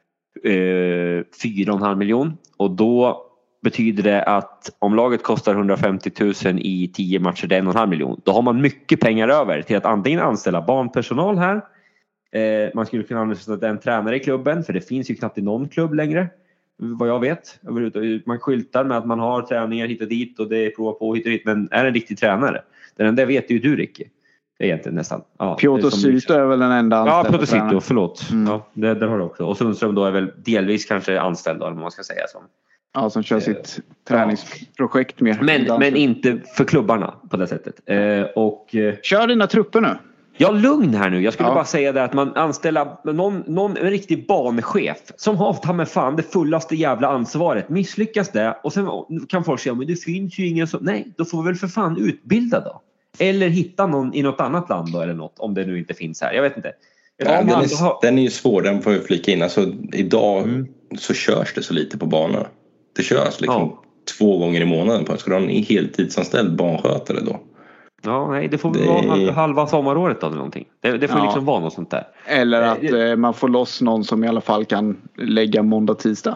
eh, fyra komma fem miljon. Och då betyder det att om laget kostar hundrafemtio tusen i tio matcher, det är en komma fem miljon. Då har man mycket pengar över till att antingen anställa barnpersonal här. Eh, man skulle kunna anställa en tränare i klubben, för det finns ju knappt i någon klubb längre. Vad jag vet. Man skyltar med att man har träningar hit och dit och det är prova på hit och dit. Men är en riktig tränare? Den enda vet ju du, Ricky. Egentligen nästan. Ja, Piotr Syto är väl den enda anställda. Ja, Piotr Syto, förlåt. Mm. Ja, det, det har du också. Och Sundström då är väl delvis kanske anställd, eller vad man ska säga. Som, ja, som kör eh, sitt träningsprojekt ja. mer. Men, men inte för klubbarna på det sättet. Eh, och, eh, kör dina trupper nu. Ja, lugn här nu. Jag skulle ja. bara säga det att man anställer någon, någon en riktig banchef som har ta med fan det fullaste jävla ansvaret. Misslyckas det och sen kan folk säga men det finns ju ingen som... Nej, då får vi väl för fan utbilda då. Eller hitta någon i något annat land då eller något, om det nu inte finns här. Jag vet inte. Ja, den, är, har... den är ju svår, den får jag flika in. Alltså, idag mm. så körs det så lite på banorna. Det körs liksom ja. två gånger i månaden på. Ska du ha en heltidsanställd barnskötare då? Ja, nej, det får väl det... vara halva sommaråret då eller någonting. Det, det får ja. liksom vara något sånt där. Eller att det... man får loss någon som i alla fall kan lägga måndag, tisdag.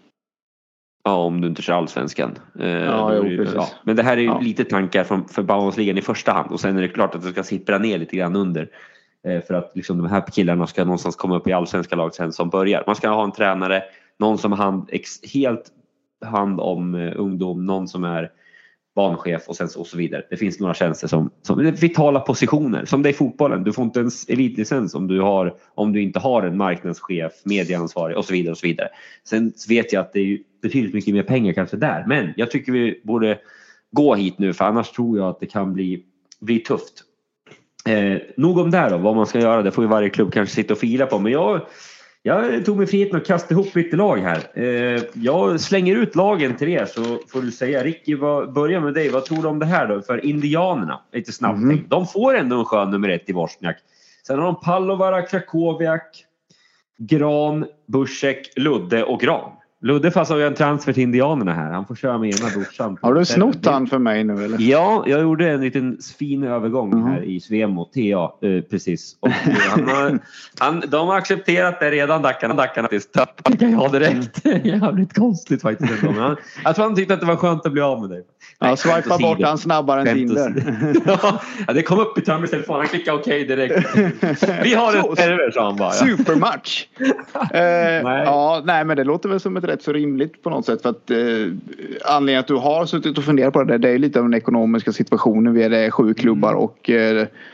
Ja, om du inte kör allsvenskan. Ja, jo, ju, ja. Men det här är ju ja. lite tankar från, för Bauhausligan i första hand. Och sen är det klart att det ska sippra ner lite grann under. För att liksom de här killarna ska någonstans komma upp i allsvenska lag sen som börjar. Man ska ha en tränare, någon som har hand, ex, helt hand om uh, ungdom, någon som är banchef och sen så, och så vidare. Det finns några tjänster som, som vitala positioner. Som det är i fotbollen. Du får inte ens elitlicens om du, har, om du inte har en marknadschef, medieansvarig och så vidare. Och så vidare. Sen vet jag att det är betydligt mycket mer pengar kanske där. Men jag tycker vi borde gå hit nu, för annars tror jag att det kan bli, bli tufft. Eh, nog om det då, vad man ska göra. Det får ju varje klubb kanske sitta och fila på. Men jag... Jag tog mig friheten att kasta ihop lite lag här. Eh, jag slänger ut lagen till er så får du säga. Ricky, vad, börja med dig. Vad tror du om det här då? För indianerna, lite snabbt. Mm. De får ändå en skön nummer ett i Wozniak. Sen har de Pallovara, Krakowiak, Gran, Busek, Ludde och Gran. Ludde fast har ju en transfer till indianerna här. Han får köra med ena brorsan. Har du snott han för mig nu eller? Ja, jag gjorde en liten fin övergång mm. här i Svemo. T A, eh, precis. Och han har, han, de har accepterat det redan, Dackarna. Dackarna tills tappar jag direkt. Mm. Jävligt konstigt faktiskt. Han, jag tror han tyckte att det var skönt att bli av med dig. Ja, swipa bort han snabbare än Tinder. Ja, det kom upp i Törnbergs telefon. Han klickade okej okay direkt. Vi har en server, sa han bara. Ja. Supermatch. eh, nej. Ja, nej men det låter väl som ett rätt så rimligt på något sätt, för att eh, anledningen att du har suttit och funderat på det, det är lite av den ekonomiska situationen. Vi är det sju klubbar och eh,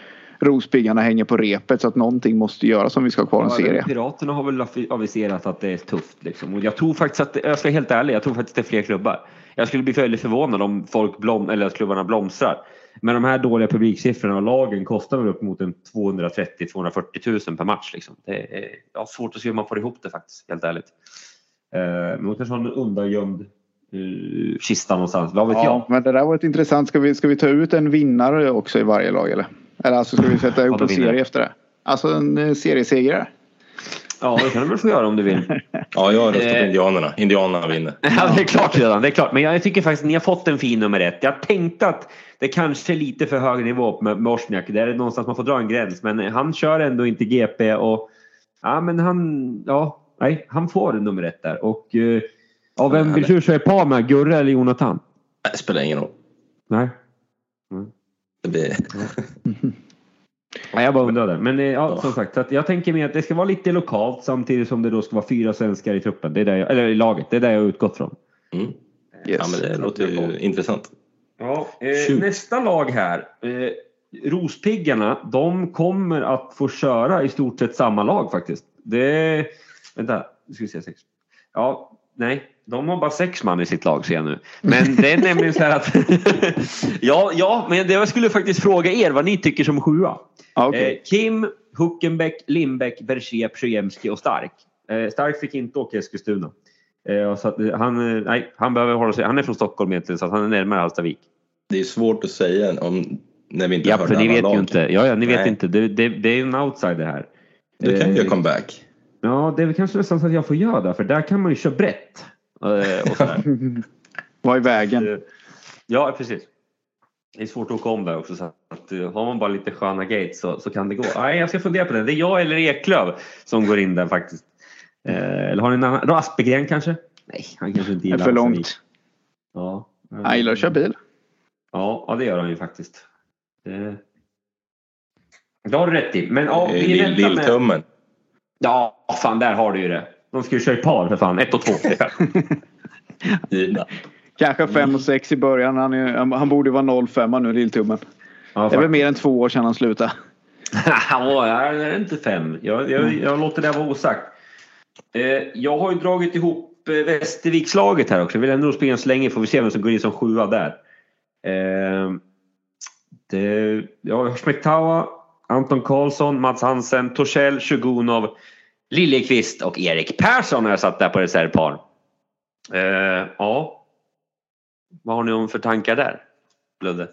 Rospiggarna hänger på repet så att någonting måste göras om vi ska ha kvar en ja, serie. Piraterna har väl aviserat att det är tufft liksom. Och jag tror faktiskt att, jag ska vara helt ärlig, jag tror faktiskt att det är fler klubbar. Jag skulle bli väldigt förvånad om folk blom, eller att klubbarna blomstrar. Men de här dåliga publiksiffrorna och lagen kostar väl upp mot en tvåhundratrettio till tvåhundrafyrtio tusen per match liksom. Det är ja, svårt att se hur man får ihop det faktiskt, helt ärligt. Eh, men man kanske har en undangömd uh, kista någonstans, vad vet ja, jag. Men det där var ett intressant, ska vi, ska vi ta ut en vinnare också i varje lag eller? Eller alltså ska vi sätta ihop en serie efter det? Alltså en uh, seriesegrare. Ja, det kan du väl få göra om du vill. Ja, jag röstar på Indianerna. Indianerna vinner. Ja, det är klart redan. Det är klart. Men jag tycker faktiskt att ni har fått en fin nummer ett. Jag tänkte att det kanske är lite för hög nivå med Morsniak. Där är det någonstans man får dra en gräns. Men han kör ändå inte G P. Och ja, men han, ja, nej, han får nummer ett där. Och ja, vem vill du köra par med? Gurra eller Jonathan? Det spelar ingen roll. Nej. Mm. Det blir... Ja, jag bara undrade. Men ja, som sagt, att jag tänker mig att det ska vara lite lokalt samtidigt som det då ska vara fyra svenskar i truppen. Det är där jag, eller i laget. Det är där jag har utgått från. Mm. Yes. Ja, men det låter ju intressant. Ja, eh, nästa lag här. Eh, Rospiggarna, de kommer att få köra i stort sett samma lag faktiskt. Det vänta, nu ska vi se sex. Ja, nej. De har bara sex man i sitt lag ser jag nu. Men det är nämligen så här att ja, ja, men det jag skulle faktiskt fråga er vad ni tycker som sjua. Ah, okay. eh, Kim, Huckenbeck, Lindbäck, Berger, Przyjemski och Stark. Eh, Stark fick inte åka Eskilstuna. Eh, så att han, nej, han behöver hålla sig. Han är från Stockholm egentligen så att han är närmare Hallstavik. Det är svårt att säga om när vi inte ja, hör för ni vet lag. ju inte. Ja, ja, ni vet nej. inte. Det, det, det är ju en outsider här. Du kan ju eh, comeback. Ja, det är väl kanske nästan så att jag får göra det. För där kan man ju köra brett. Och sådär. Vad är vägen? Ja, precis. Det är svårt att åka om där också. Så att, har man bara lite sköna gates så, så kan det gå. Nej, jag ska fundera på det. Det är jag eller Eklöv som går in där faktiskt. Eh, eller har ni en annan? Aspegren kanske? Nej, han kanske inte gillar det. Är för långt. Ja. Han gillar att köra bil. Ja, ja, det gör han ju faktiskt. Det, det har du rätt i. Men ja, vi Lill, Lilltummen. Med... Ja, fan, där har du ju det. De ska ju köra par för fan. Ett och två. Kanske fem och sex i början. Han, är, han borde vara noll fem nu, Lilltummen. Ja, det är väl mer än två år sedan han slutade. Ja, jag är inte fem. Jag, jag, jag låter det vara osagt. Eh, jag har ju dragit ihop eh, Västervikslaget här också. Jag vill ändå springa så länge. Får vi se vem som går in som sjua där. Eh, det, jag har Smektawa, Anton Karlsson, Mats Hansen, Torshäll, Sjugunov, Liljekvist och Erik Persson har jag satt där på reservpar. Eh, ja. Vad har ni om för tankar där, Ludde?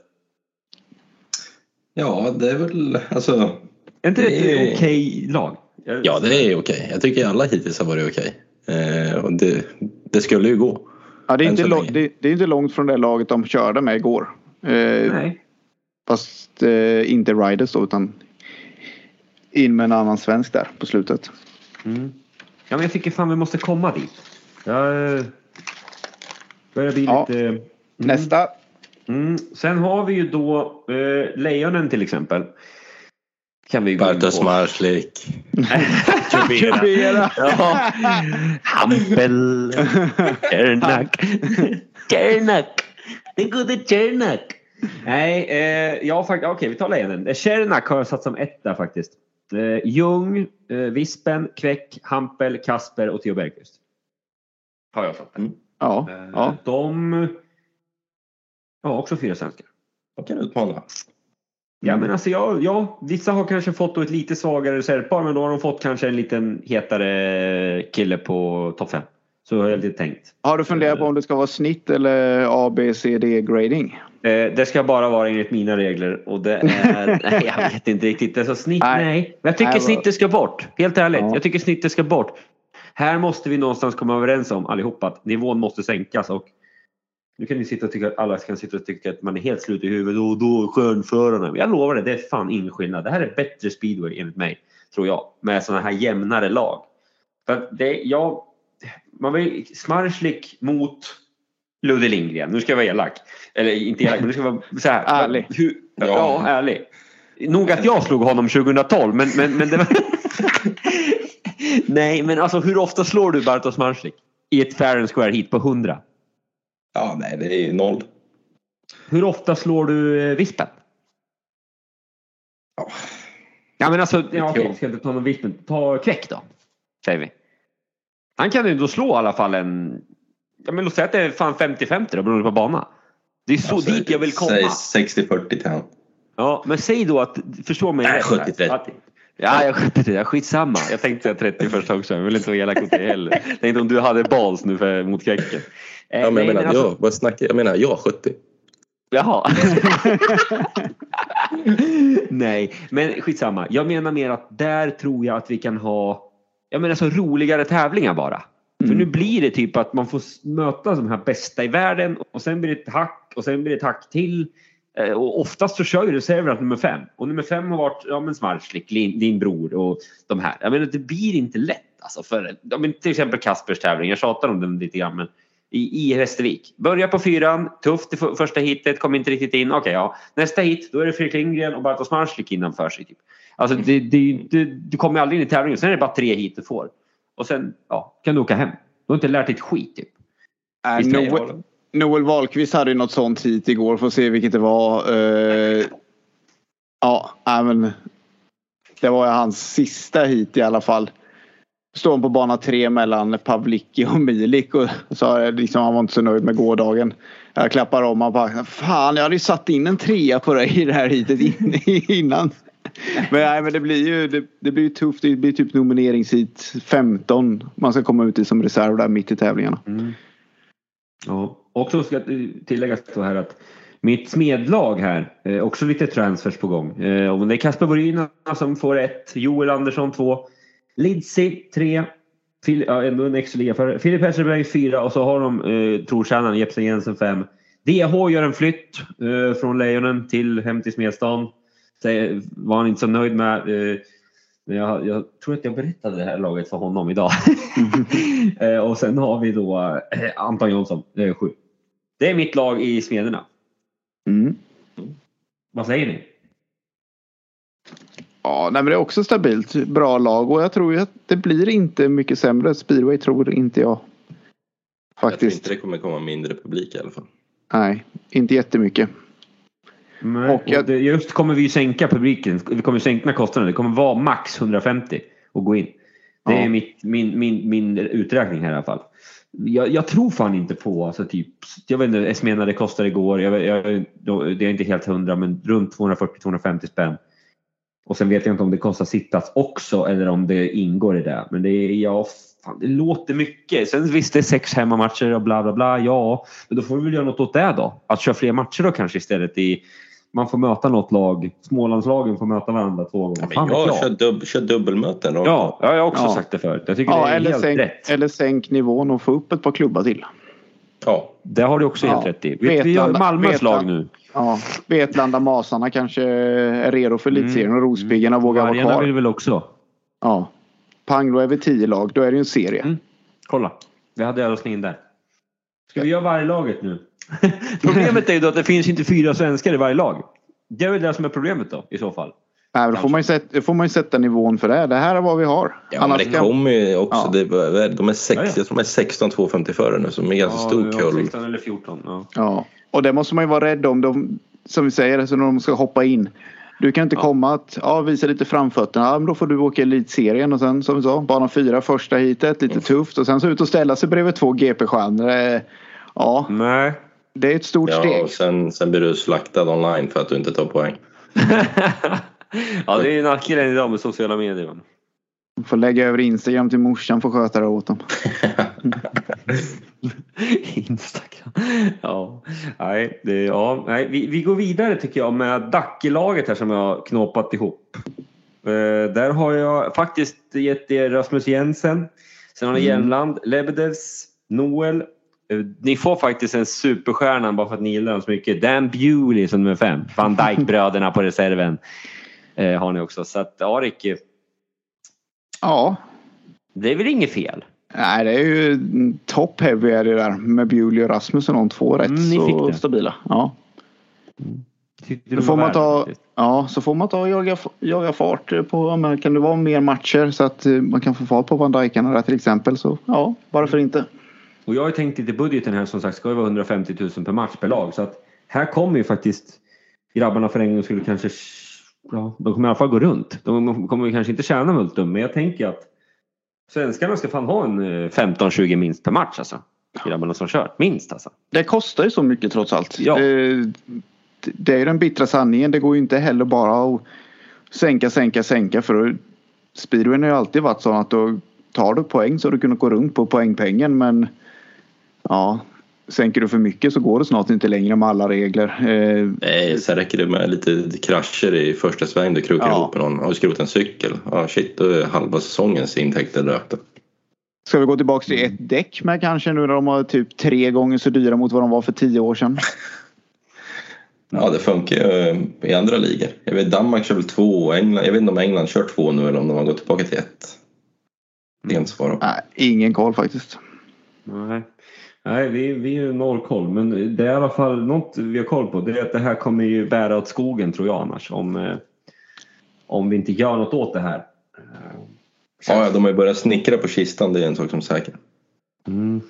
Ja, det är väl alltså... Är inte det ett är... okej lag? Jag... Ja, det är okej. Jag tycker alla hittills har varit okej. Eh, och det, det skulle ju gå. Ja, det är, inte lång, det, det är inte långt från det laget de körde med igår. Eh, Nej. Fast eh, inte Riders då, utan in med en annan svensk där på slutet. Mm. Ja, men jag tycker fan vi måste komma dit. Jag börjar bli ja. lite... Mm. Nästa. Mm. Sen har vi ju då eh, Lejonen till exempel. Kan vi gå in på. Bartosz Marslik. Kubera. Ja. Hampel. Kernak. Kernak. Det gode Kernak. Nej, eh, ja faktiskt. Okej, okay, vi tar Lejonen. Kernak har jag satt som ett där faktiskt. Eh, Ljung, eh, Vispen, Kväck, Hampel, Kasper och Theo Bergqvist. Har jag satt där. Mm. Ja, eh, ja. De... Ja, också fyra svenskar. De kan utmana. Mm. Ja, men alltså ja, ja, vissa har kanske fått då ett lite svagare reservpar, men då har de fått kanske en liten hetare kille på topp fem. Så har jag lite tänkt. Har du funderat på om det ska vara snitt eller A, B, C, D grading? Eh, det ska bara vara enligt mina regler. Och det är, nej, jag vet inte riktigt. Alltså, snitt, nej. nej. Jag tycker nej, snittet ska bort. Helt ärligt. Ja. Jag tycker snittet ska bort. Här måste vi någonstans komma överens om allihopa att nivån måste sänkas. Och nu kan ni sitta och tycka att alla kan sitta och tycka att man är helt slut i huvudet. Och då skönförarna. Jag lovar det, det är fan ingen skillnad. Det här är bättre speedway enligt mig. Tror jag. Med sådana här jämnare lag. För det, jag... Man vill Smarslik mot Ludde Lindgren. Nu ska jag vara elak. Eller inte elak, men nu ska jag vara så här. Ärlig. Hur, ja, ja, ärlig. Nog att jag slog honom tjugohundratolv, men, men, men det var... Nej, men alltså hur ofta slår du Bartosz Smarslik i ett fair and square hit på hundra? Ja, nej, det är ju noll. Hur ofta slår du Vispen? Ja, Ja, men alltså, ja, okej, ska inte ta någon vikt, men ta Kväck då, säger vi. Han kan ju då slå i alla fall en... Ja, men låt säga att det är fan femtio femtio då, beroende på bana. Det är så alltså, dit jag vill komma. Säg sextio fyrtio till han. Ja, men säg då att, förstå mig rätt. sjuttio trettio. Ja, jag sjuttio trettio, skitsamma. Jag tänkte säga trettio första också, jag vill inte vara elak mot det heller. Jag tänkte om du hade balls nu för, mot Kväcken. Eh, ja, men jag menar, alltså... jag, vad snackar, jag menar, jag sjuttio. Jaha. Nej, men skitsamma. Jag menar mer att där tror jag att vi kan ha, jag menar så roligare tävlingar bara. Mm. För nu blir det typ att man får möta de här bästa i världen och sen blir det ett hack och sen blir det ett hack till. Och oftast så kör ju reserverna nummer fem. Och nummer fem har varit, ja men Smarslik, din bror och de här. Jag menar det blir inte lätt alltså för, ja, men till exempel Kaspers tävling. Jag tjatar om den lite grann men i, i Västervik. Börja på fyran, tufft i för, första hitet, kom inte riktigt in. Okej, okay, ja. Nästa hit, då är det Fredrik Lindgren och Bartosz Smarslik innanför sig typ. Alltså det, det, det, du kommer aldrig in i tävlingen. Sen är det bara tre hit du får. Och sen, ja, kan du åka hem. Du har inte lärt dig ett skit typ. Äh, Noel, Noel Wahlqvist hade ju något sånt hit igår. Får se vilket det var. Uh, ja, äh, men det var ju hans sista hit i alla fall. Står på bana tre mellan Pavlicki och Milik. Och så liksom, han var inte så nöjd med gårdagen. Jag klappar om och bara, fan jag hade ju satt in en trea på det i det här hitet innan. Men, nej, men det blir ju det, det blir ju tufft. Det blir typ nomineringshit femton. Man ska komma ut i som reserv där mitt i tävlingarna. Mm. Ja, också ska tilläggas så här att mitt smedlag här eh, också lite transfers på gång. Eh, och det är Kasper Borina som får ett, Joel Andersson två, Lidsi tre, Fil- ja, ändå en extra liga för Filip Hesselberg fyra och så har de eh, trotjänaren Jepsen Jensen fem. D H gör en flytt eh, från Lejonen till hem till Smedstan. Det var han inte så nöjd med. Eh, jag, jag tror att jag berättade det här laget för honom idag. eh, och sen har vi då eh, Anton Jonsson, det är sju. Det är mitt lag i Smederna. Mm. Vad säger ni? Ja, nej, men det är också stabilt. Bra lag. Och jag tror ju att det blir inte mycket sämre. Speedway tror inte jag. Faktiskt. Jag tror inte det kommer komma mindre publik i alla fall. Nej, inte jättemycket. Nej, och jag... det, just kommer vi sänka publiken. Vi kommer sänka kostnaden. Det kommer vara max hundrafemtio och gå in. Det ja. är mitt, min, min, min uträkning här i alla fall. Jag, jag tror fan inte på alltså typ, jag vet inte, jag menar det kostade igår. Jag, jag, det är inte helt hundra men runt tvåhundrafyrtio till tvåhundrafemtio spänn. Och sen vet jag inte om det kostar sittplats också eller om det ingår i det. Men det är, ja, fan, det låter mycket. Sen visst det är sex hemmamatcher och bla bla bla. Ja, men då får vi väl göra något åt det då. Att köra fler matcher då kanske istället i... Man får möta något lag. Smålandslagen får möta varandra två gånger. Ja, men jag kör, dubb, kör dubbelmöten. Då. Ja, jag har också ja. sagt det förut. Jag tycker ja, det är eller helt sänk, rätt. Eller sänk nivån och få upp ett par klubbar till. Ja. Det har du också helt ja. rätt i. Vetlanda, vi gör Malmös Vetlanda, lag nu. Ja, Vetlanda Masarna kanske är redo för elitserien och Rospiggarna mm. vågar Vargarna vara kvar. Vill väl också. Ja. Pang, då är vi tio lag. Då är det ju en serie. Mm. Kolla, vi hade örossningen där. Ska vi göra varje laget nu? Problemet är ju då att det finns inte fyra svenskar i varje lag. Det är väl det som är problemet då, i så fall. Nej, då får man ju sätta, får man ju sätta nivån för det. Det här är vad vi har. Ja, Annars men det kan... kommer ju också. Ja. Det, de är sex, ja, ja. De är sexton tvåhundrafemtio förare nu som är ganska ja, stor kull. sexton eller fjorton. Ja. ja, och det måste man ju vara rädd om. De, som vi säger, så när de ska hoppa in. Du kan inte ja. komma att ja, visa lite framfötterna. Ja, men då får du åka elitserien och sen som vi sa, bana fyra första hitet, lite mm. tufft. Och sen så ut och ställa sig bredvid två G P-stjärnor. Ja, nej. Det är ett stort ja, steg. Och sen, sen blir du slaktad online för att du inte tar poäng. Ja, det är ju nackdelen idag med sociala medier. Man får lägga över Instagram till morsan för sköta det åt dem. Instagram. Ja, nej, det, ja, nej vi, vi går vidare tycker jag med Dackelaget här som jag har knåpat ihop. Uh, där har jag faktiskt gett er Rasmus Jensen. Sen har ni mm. Jämland, Lebedevs, Noel. Uh, ni får faktiskt en superstjärna bara för att ni gillar dem så mycket. Dan Bewley som nummer fem. Van Dijk-bröderna på reserven. Uh, har ni också. Så att Arik. Ja. Det är väl inget fel. Nej, det är ju top heavy är det där med Bewley och Rasmus och de två rätt mm, så stabila. Ja. Mm. Då får man ta, ja, så får man ta och jaga, jaga fart på, men kan det vara mer matcher så att man kan få fart på Van Dijkarna där till exempel, så ja, varför inte? Och jag har tänkt lite budgeten här som sagt ska det vara hundrafemtio tusen per match per lag, så att här kommer ju faktiskt grabbarna för en gång skulle kanske ja, de kommer i alla fall gå runt. De kommer kanske inte tjäna multum, men jag tänker att svenskarna ska fan ha en femton tjugo minst per match alltså. Grabbarna som kör, minst alltså. Det kostar ju så mycket trots allt. Ja. Det, det är ju den bittra sanningen. Det går ju inte heller bara att sänka, sänka, sänka. För speedwayen har ju alltid varit så att då tar du poäng så du kunnat gå runt på poängpengen. Men ja, sänker du för mycket så går det snart inte längre med alla regler. Eh, Nej, så räcker det med lite krascher i första sväng. Du krokar ja. ihop med någon och skrot en cykel. Ja, shit, då är halva säsongens intäkter rökta. Ska vi gå tillbaka till ett däck med kanske nu när de har typ tre gånger så dyra mot vad de var för tio år sedan? Ja, det funkar ju i andra ligor. Jag vet Danmark kör väl två. England, jag vet inte om England kör två nu eller om de har gått tillbaka till ett. Det är inte svara på. Nej, ingen koll faktiskt. Nej, Nej vi, vi är ju noll koll. Men det är i alla fall något vi har koll på. Det är att det här kommer ju bära åt skogen tror jag annars. Om, om vi inte gör något åt det här. Ja, de har ju börjat snickra på kistan. Det är en sak som är säker. Mm.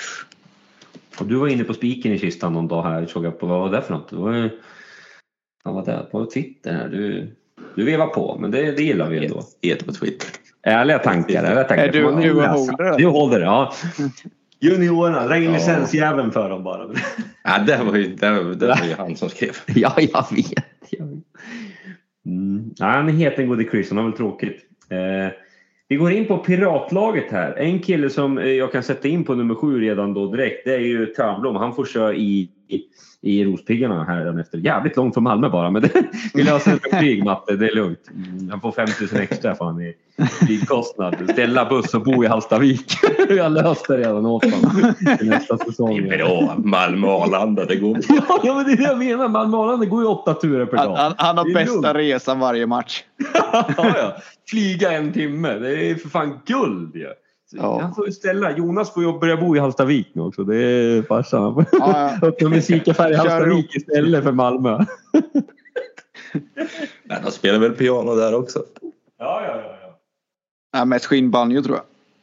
Och du var inne på spiken i kistan någon dag här. Såg jag på vad var det för något? Det var ju... Han var där på Twitter här. Du, du vevar på, men det, det gillar vi ändå. Et på Twitter. Ärliga tankar. Ärliga tankar. Är du, du, du håller det? Du håller det, ja. Juniorerna, dra in licensjäveln för dem bara. Ja, det var ju, det var, det var ju han som skrev. Ja, jag vet. Jag vet. Mm. Ja, han är het en god Chris. Han har väl tråkigt. Eh, vi går in på piratlaget här. En kille som jag kan sätta in på nummer sju redan då direkt. Det är ju Törnblom. Han får köra i, i, i Rospiggarna här efter. Jävligt långt från Malmö bara. Men det, vi löser det med flyg, Matte. Det är lugnt. Mm, han får fem tusen extra fan i flygkostnad. Ställa buss och bo i Hallstavik. Jag löste det redan åt honom i nästa säsong. Det är bra. Malmö och Arlanda, det går. Ja, ja, men det är det jag menar. Malmö och Arlanda går ju åtta turer per dag. Han, han, han har bästa lugnt. Resan varje match. Ja, ja. Flyga en timme. Det är för fan guld ju. Ja. Han får ju ställa. Jonas får ju börja bo i Hallstavik nu också. Det är farsan. Ja, ja. Och musikaffär i Hallstavik istället för Malmö. Nej, de spelar väl piano där också. Ja, ja, ja. ja. Ja, mest skinnbanjo tror jag.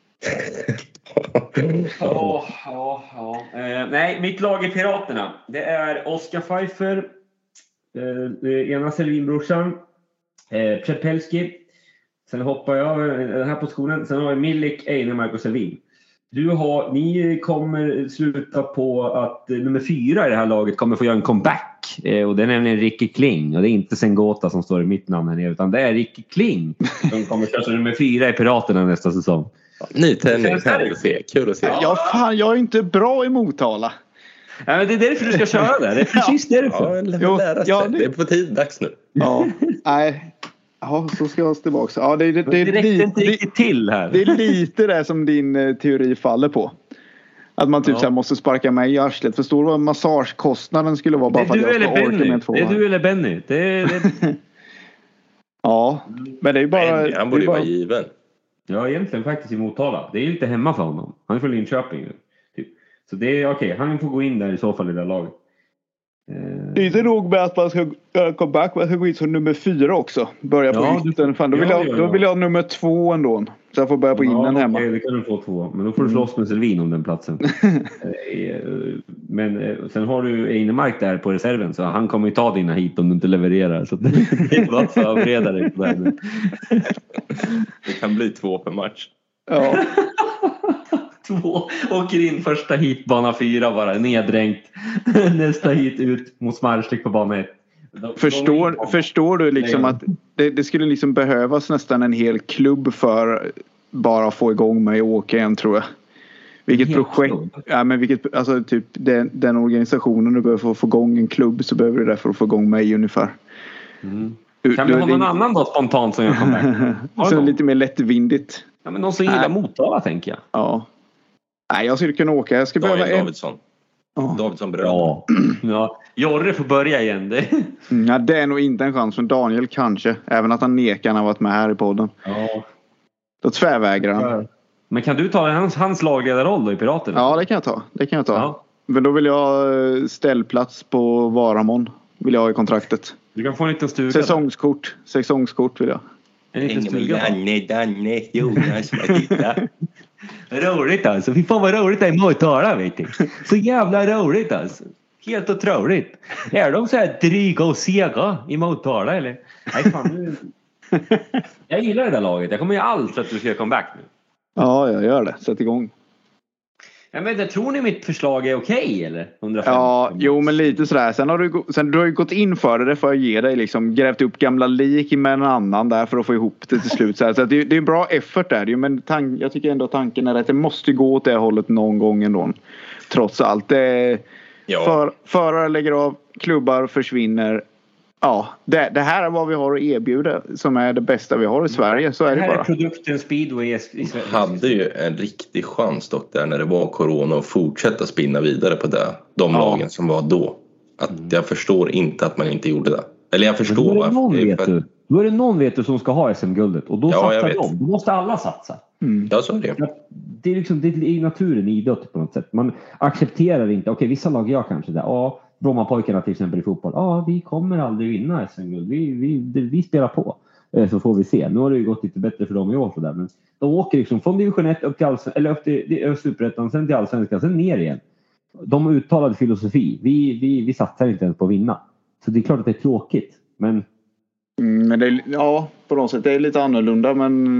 Ja, ja, ja. Eh, nej, mitt lag i Piraterna. Det är Oskar Pfeiffer. Eh, ena Selvinbrorsan. Eh, Przepelski. Sen hoppar jag den här positionen. Sen har vi Milik, Einemark och Selvin. Du har, ni kommer sluta på att nummer fyra i det här laget kommer få göra en comeback. Eh, och det är nämligen Ricky Kling. Och det är inte Sengota som står i mitt namn här nere. Utan det är Ricky Kling som kommer köra nummer fyra i Piraterna nästa säsong. Ny tändning. Kul att se. Kul att se. Ja, fan, jag är inte bra i Motala. Ja, men det är därför du ska köra där. Det är precis ja. därför. Ja, jo, ja, det... det är på tid dags nu. Ja, nej. Ja, så ska jag tillbaka. Ja, det, det, det, det räckte inte riktigt till här. Det är lite det som din eh, teori faller på. Att man typ ja. så här måste sparka mig i arslet. Förstår du vad massagekostnaden skulle vara? Bara det är du eller Benny. Det är du eller Benny. Det är, det... ja, men det är bara... Benny, han borde ju bara... vara given. Ja, egentligen faktiskt i Motala. Det är lite hemma för honom. Han är från Linköping. Typ. Så det är okej. Okay. Han får gå in där i så fall i det här laget. Det är inte nog med att man ska göra comeback. Man ska gå in som nummer fyra också. Börja på ja, ytten. Fan, då, vill ja, jag, ja, ja. då vill jag ha nummer två ändå. Så jag får börja på ja, innen hemma. Okej, det kan du få två. Men då får du slåss med Selvin om den platsen. Men sen har du Einemark där på reserven. Så han kommer ju ta dina hit om du inte levererar. Så det är bara att förbereda dig på det. Det kan bli två per match. Ja. Två åker in första hit bana fyra bara neddränkt. Nästa hit ut mot Smarslik på bana ett. Förstår, förstår du liksom att det, det skulle liksom behövas nästan en hel klubb för bara få igång mig och åka igen, tror jag. Vilket projekt, ja, men vilket, alltså typ den, den organisationen du behöver för att få igång en klubb, så behöver du det för att få igång mig ungefär. Mm. Kan vi ha någon annan då spontant som jag kommer? Så lite mer lättvindigt. Ja, men någon som gillar Motala, tänker jag. Ja. Nej, jag skulle kunna åka. Jag ska Daniel behöva Davidsson. Oh. Davidsson bröd. Ja. Ja. Jorre får börja igen. Det. Mm, ja, det är nog inte en chans för Daniel kanske. Även att han nekar när han varit med här i podden. Ja. Då tvärvägrar han. Men kan du ta hans, hans lagledarroll då i Piraterna? Ja, det kan jag ta. Det kan jag ta. Ja. Men då vill jag ha ställplats på Varamon. Vill jag ha i kontraktet. Du kan få en liten stuga. Säsongskort. Säsongskort vill jag. En liten stuga. Danne, Danne, Jonas, titta. Roligt alltså. Fy fan vad roligt det är i Motala, vet du. Så jävla roligt alltså. Helt otroligt. Är de så här dryga och sega i Motala eller? Nej, fan, nu... Jag gillar det där laget. Jag kommer göra allt för att du ska komma back nu. Ja, jag gör det. Sätt igång. Jag vet, tror ni mitt förslag är okej okay, eller? hundrafemtio Ja, jo men lite sådär. Sen har du, sen du har ju gått in för det för att ge dig liksom grävt upp gamla lik med en annan där för att få ihop det till slut. Så, så det, det är en bra effort där. Men tank, jag tycker ändå tanken är att det måste gå åt det hållet någon gång ändå. Trots allt. Det, ja. för, förare lägger av, klubbar försvinner. Ja, det, det här är vad vi har att erbjuda som är det bästa vi har i Sverige. Så är det, det här bara. Är produkten Speedway i Sverige. Hade ju en riktig chans dock där när det var corona och fortsätta spinna vidare på det. De ja. lagen som var då. Att jag förstår inte att man inte gjorde det. Eller jag förstår då är det någon, varför. vet du. Då är det någon vet du som ska ha S M-guldet. Och då ja, satsar de. Då måste alla satsa. Mm. Ja, så är det. Det är liksom det är i naturen i idrott på något sätt. Man accepterar inte. Okej, vissa lag gör kanske det. Ja. Brommapojkarna till exempel i fotboll. Ja, vi kommer aldrig vinna S M-guld. Vi, vi, vi spelar på. Så får vi se. Nu har det ju gått lite bättre för dem i år. Så där. Men de åker liksom från division ett upp till allsvenskan. Eller upp till superettan. Sen till allsvenskan. Sen ner igen. De uttalade filosofi. Vi, vi, vi satsar inte ens på att vinna. Så det är klart att det är tråkigt. Men, mm, men det är, ja, på något sätt. Det är lite annorlunda. Men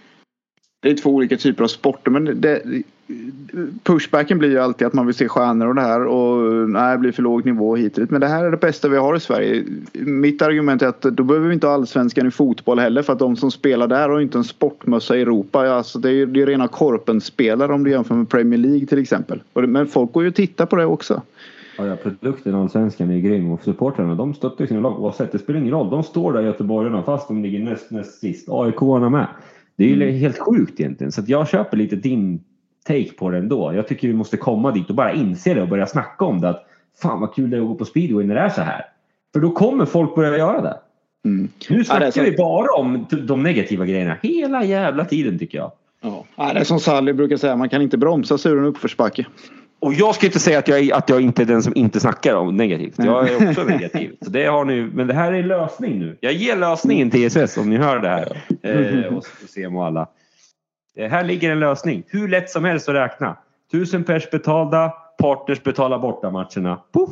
det är två olika typer av sporter. Men det, pushbacken blir ju alltid att man vill se stjärnor och det här. Och nej, det blir för låg nivå hit och dit. Men det här är det bästa vi har i Sverige. Mitt argument är att då behöver vi inte ha allsvenskan i fotboll heller. För att de som spelar där har inte en sportmössa i Europa. Alltså det är ju rena korpenspelare om du jämför med Premier League till exempel. Men folk går ju och tittar på det också. Ja, ja, produkten av svenskan är grym och supportrarna, de stöttar sina lag oavsett. Det spelar ingen roll. De står där i Göteborgarna fast de ligger näst, näst sist. A I K-arna med. Det är ju mm. helt sjukt egentligen. Så att jag köper lite din take på det ändå. Jag tycker vi måste komma dit och bara inse det och börja snacka om det. Att fan vad kul det är att gå på speedway när det är så här. För då kommer folk börja göra det. Mm. Nu snackar ja, så... vi bara om de negativa grejerna hela jävla tiden tycker jag. Ja, det är som Sally brukar säga. Man kan inte bromsa så är det en uppförsbacke. Och jag ska inte säga att jag, att jag inte är den som inte snackar om negativt. Jag är också negativ. Så det har ni, men det här är lösning nu. Jag ger lösningen till S S om ni hör det här. Eh, och C M och alla. Eh, här ligger en lösning. Hur lätt som helst att räkna. Tusen pers betalda. Partners betalar borta matcherna. Puff!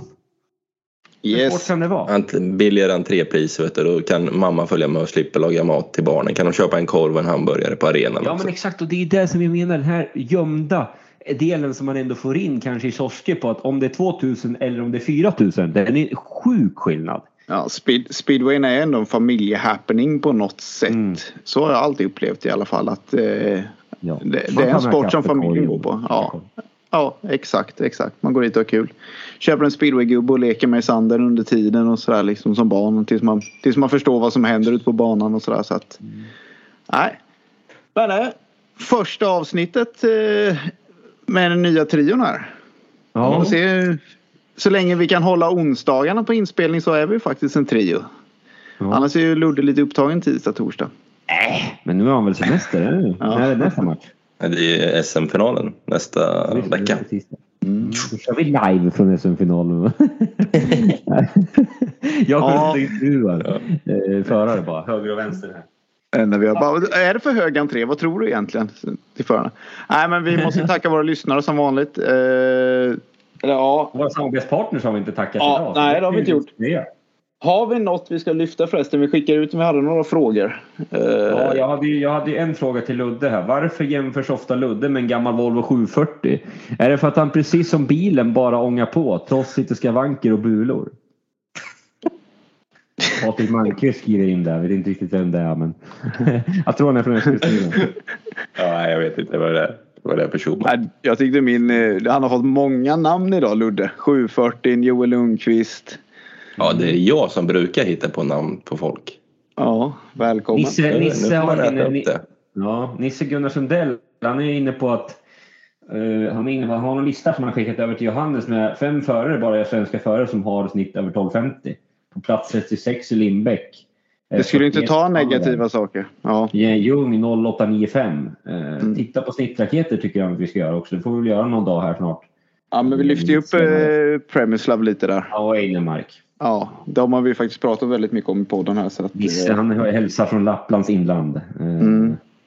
Yes. Hur svårt kan det vara? Billigare entrépris, vet du. Då kan mamma följa med och slippa laga mat till barnen. Kan de köpa en korv och en hamburgare på arenan Ja också. Men exakt, och det är det som jag menar. Den här gömda delen som man ändå får in kanske i kiosker på att om det är tvåtusen eller om det är fyra-tusen, det är en sjuk skillnad. Ja, speed, speedwayn är ändå en familjehappening på något sätt. Mm. Så har jag alltid upplevt i alla fall att eh, ja. det, det är en sport som familjen går på. Ja. Ja, exakt, exakt. Man går dit och har kul. Köper en speedwaygubbe och leker med i sanden under tiden och sådär liksom som barn tills man, tills man förstår vad som händer ute på banan och sådär så att mm. nej. Men nej, första avsnittet eh, med den nya trion här. Ja. Se, så länge vi kan hålla onsdagarna på inspelning så är vi faktiskt en trio. Ja. Annars är ju Ludde lite upptagen tisdag, torsdag. Äh, men nu har han väl semester, eller hur? Ja. När är det nästa match? Det är S M-finalen nästa det vecka. Mm. Då kör vi live från S M-finalen. Jag kommer ja. inte intervjuar ja. förare bara, höger och vänster här. När vi har bara, är det för hög entré? Vad tror du egentligen till förarna? Nej, men vi måste tacka våra lyssnare som vanligt. Eh, ja. Våra samarbetspartners har vi inte tackat ja, idag. Nej, det har vi inte gjort. Har vi något vi ska lyfta förresten? Vi skickar ut om vi hade några frågor. Ja, jag hade, jag hade en fråga till Ludde här. Varför jämförs ofta Ludde med en gammal Volvo sju fyrtio? Är det för att han precis som bilen bara ångar på trots lite skavanker och bulor? Patrik Malmqvist skriver in där. Jag vet inte riktigt vem det är, men jag tror han är från Eskilstuna. Ja, jag vet inte vad det är. Vad det är person. Jag tyckte min... Han har fått många namn idag, Ludde. sju fyrtio, Joel Lundqvist. Ja, det är jag som brukar hitta på namn på folk. Ja, välkommen. Nisse, Nisse, har inne, ja, Nisse Gunnar Sundell, han är inne på att uh, han är inne på, har en lista som han skickat över till Johannes med fem förare, bara svenska förare som har snitt över tolv femtio. På plats trettiosex i Lindbäck. Det skulle inte ta negativa där. Saker. Ja. Ljung noll åtta nio fem. Uh, mm. Titta på snittraketer tycker jag att vi ska göra också. Det får vi väl göra någon dag här snart. Ja, men vi lyfter ju upp eh, Premierslav lite där. Ja, och Einemark. Ja, de har vi faktiskt pratat väldigt mycket om i podden här. Så att, Vissa, han har hälsa från Lapplands inland. Mm.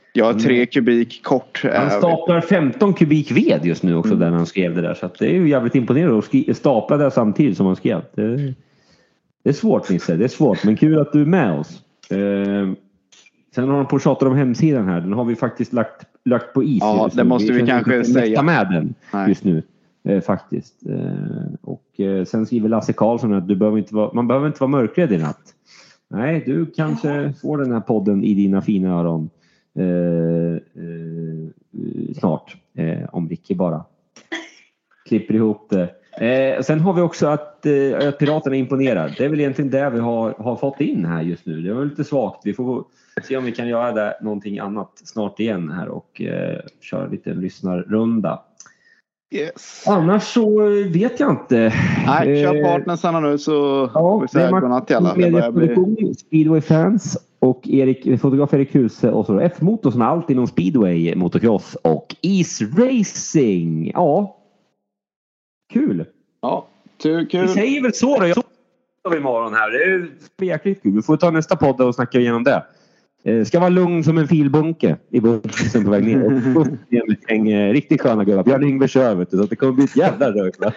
Ja, tre kubik kort. Han staplar femton kubik ved just nu också, mm. där han skrev det där. Så att det är ju jävligt imponerande att skri- stapla det samtidigt som han skrev. Det, det är svårt, Nisse. Det är svårt, men kul att du är med oss. Eh, sen har han på tjatat om hemsidan här. Den har vi faktiskt lagt, lagt på is. Ja, det måste vi, vi kanske säga. Med den Nej. just nu. Eh, faktiskt. Eh, och eh, sen skriver Lasse Karlsson att du behöver inte vara, man behöver inte vara mörkrädd i natt. Nej, du kanske får den här podden i dina fina öron. Eh, eh, snart eh, om Ricky bara klipper ihop det. Eh, sen har vi också att, eh, att piraterna imponerar. Det är väl egentligen det vi har, har fått in här just nu. Det var lite svagt. Vi får se om vi kan göra det, någonting annat snart igen här och eh, köra lite lyssnarrunda. Yes. Annars så vet jag inte. Nej, kör partnersarna nu så ja, vi säger godnatt till alla. Bli... Speedway fans och Erik, fotograf Erik Huse och så F-motor som är allt inom speedway, motocross och is-racing. Ja, kul. Ja, kul. Vi säger väl så då. Jag såg imorgon här. Det är jäkligt kul. Vi får ta nästa podd och snacka igenom det. Eh, ska vara lugn som en filbunke i bussen på väg ner. Och en eh, riktigt sköna gubbar. Björn Yngve kör, vet du, så att det kommer bli ett jävla rökla.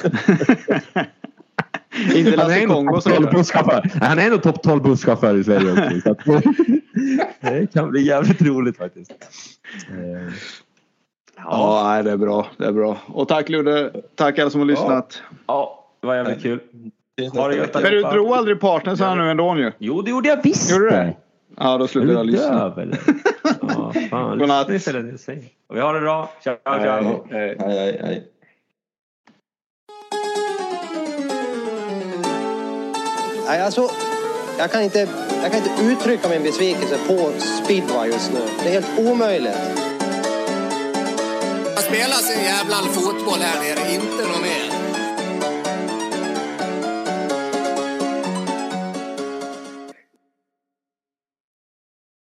Inte Lasse Kongo som han är ändå topp tolv busschaufför i Sverige också. Så att, det kan bli jävligt roligt faktiskt. Eh, ja, ja nej, det är bra. Det är bra. Och tack Ludde. Tack alla som har lyssnat. Ja, ja det var jävligt kul. Men du drog aldrig partnern så här nu ändå ju. Jo, det gjorde jag visst. Gjorde det? Ja, då slutar jag lyssna. Ja, fan. Godnatt. Och vi har det bra. Ciao, ciao. Hej, hej, hej. Nej, alltså, jag kan, inte, jag kan inte uttrycka min besvikelse på speedway just nu. Det är helt omöjligt. Jag spelar sin jävla fotboll här nere, inte något mer.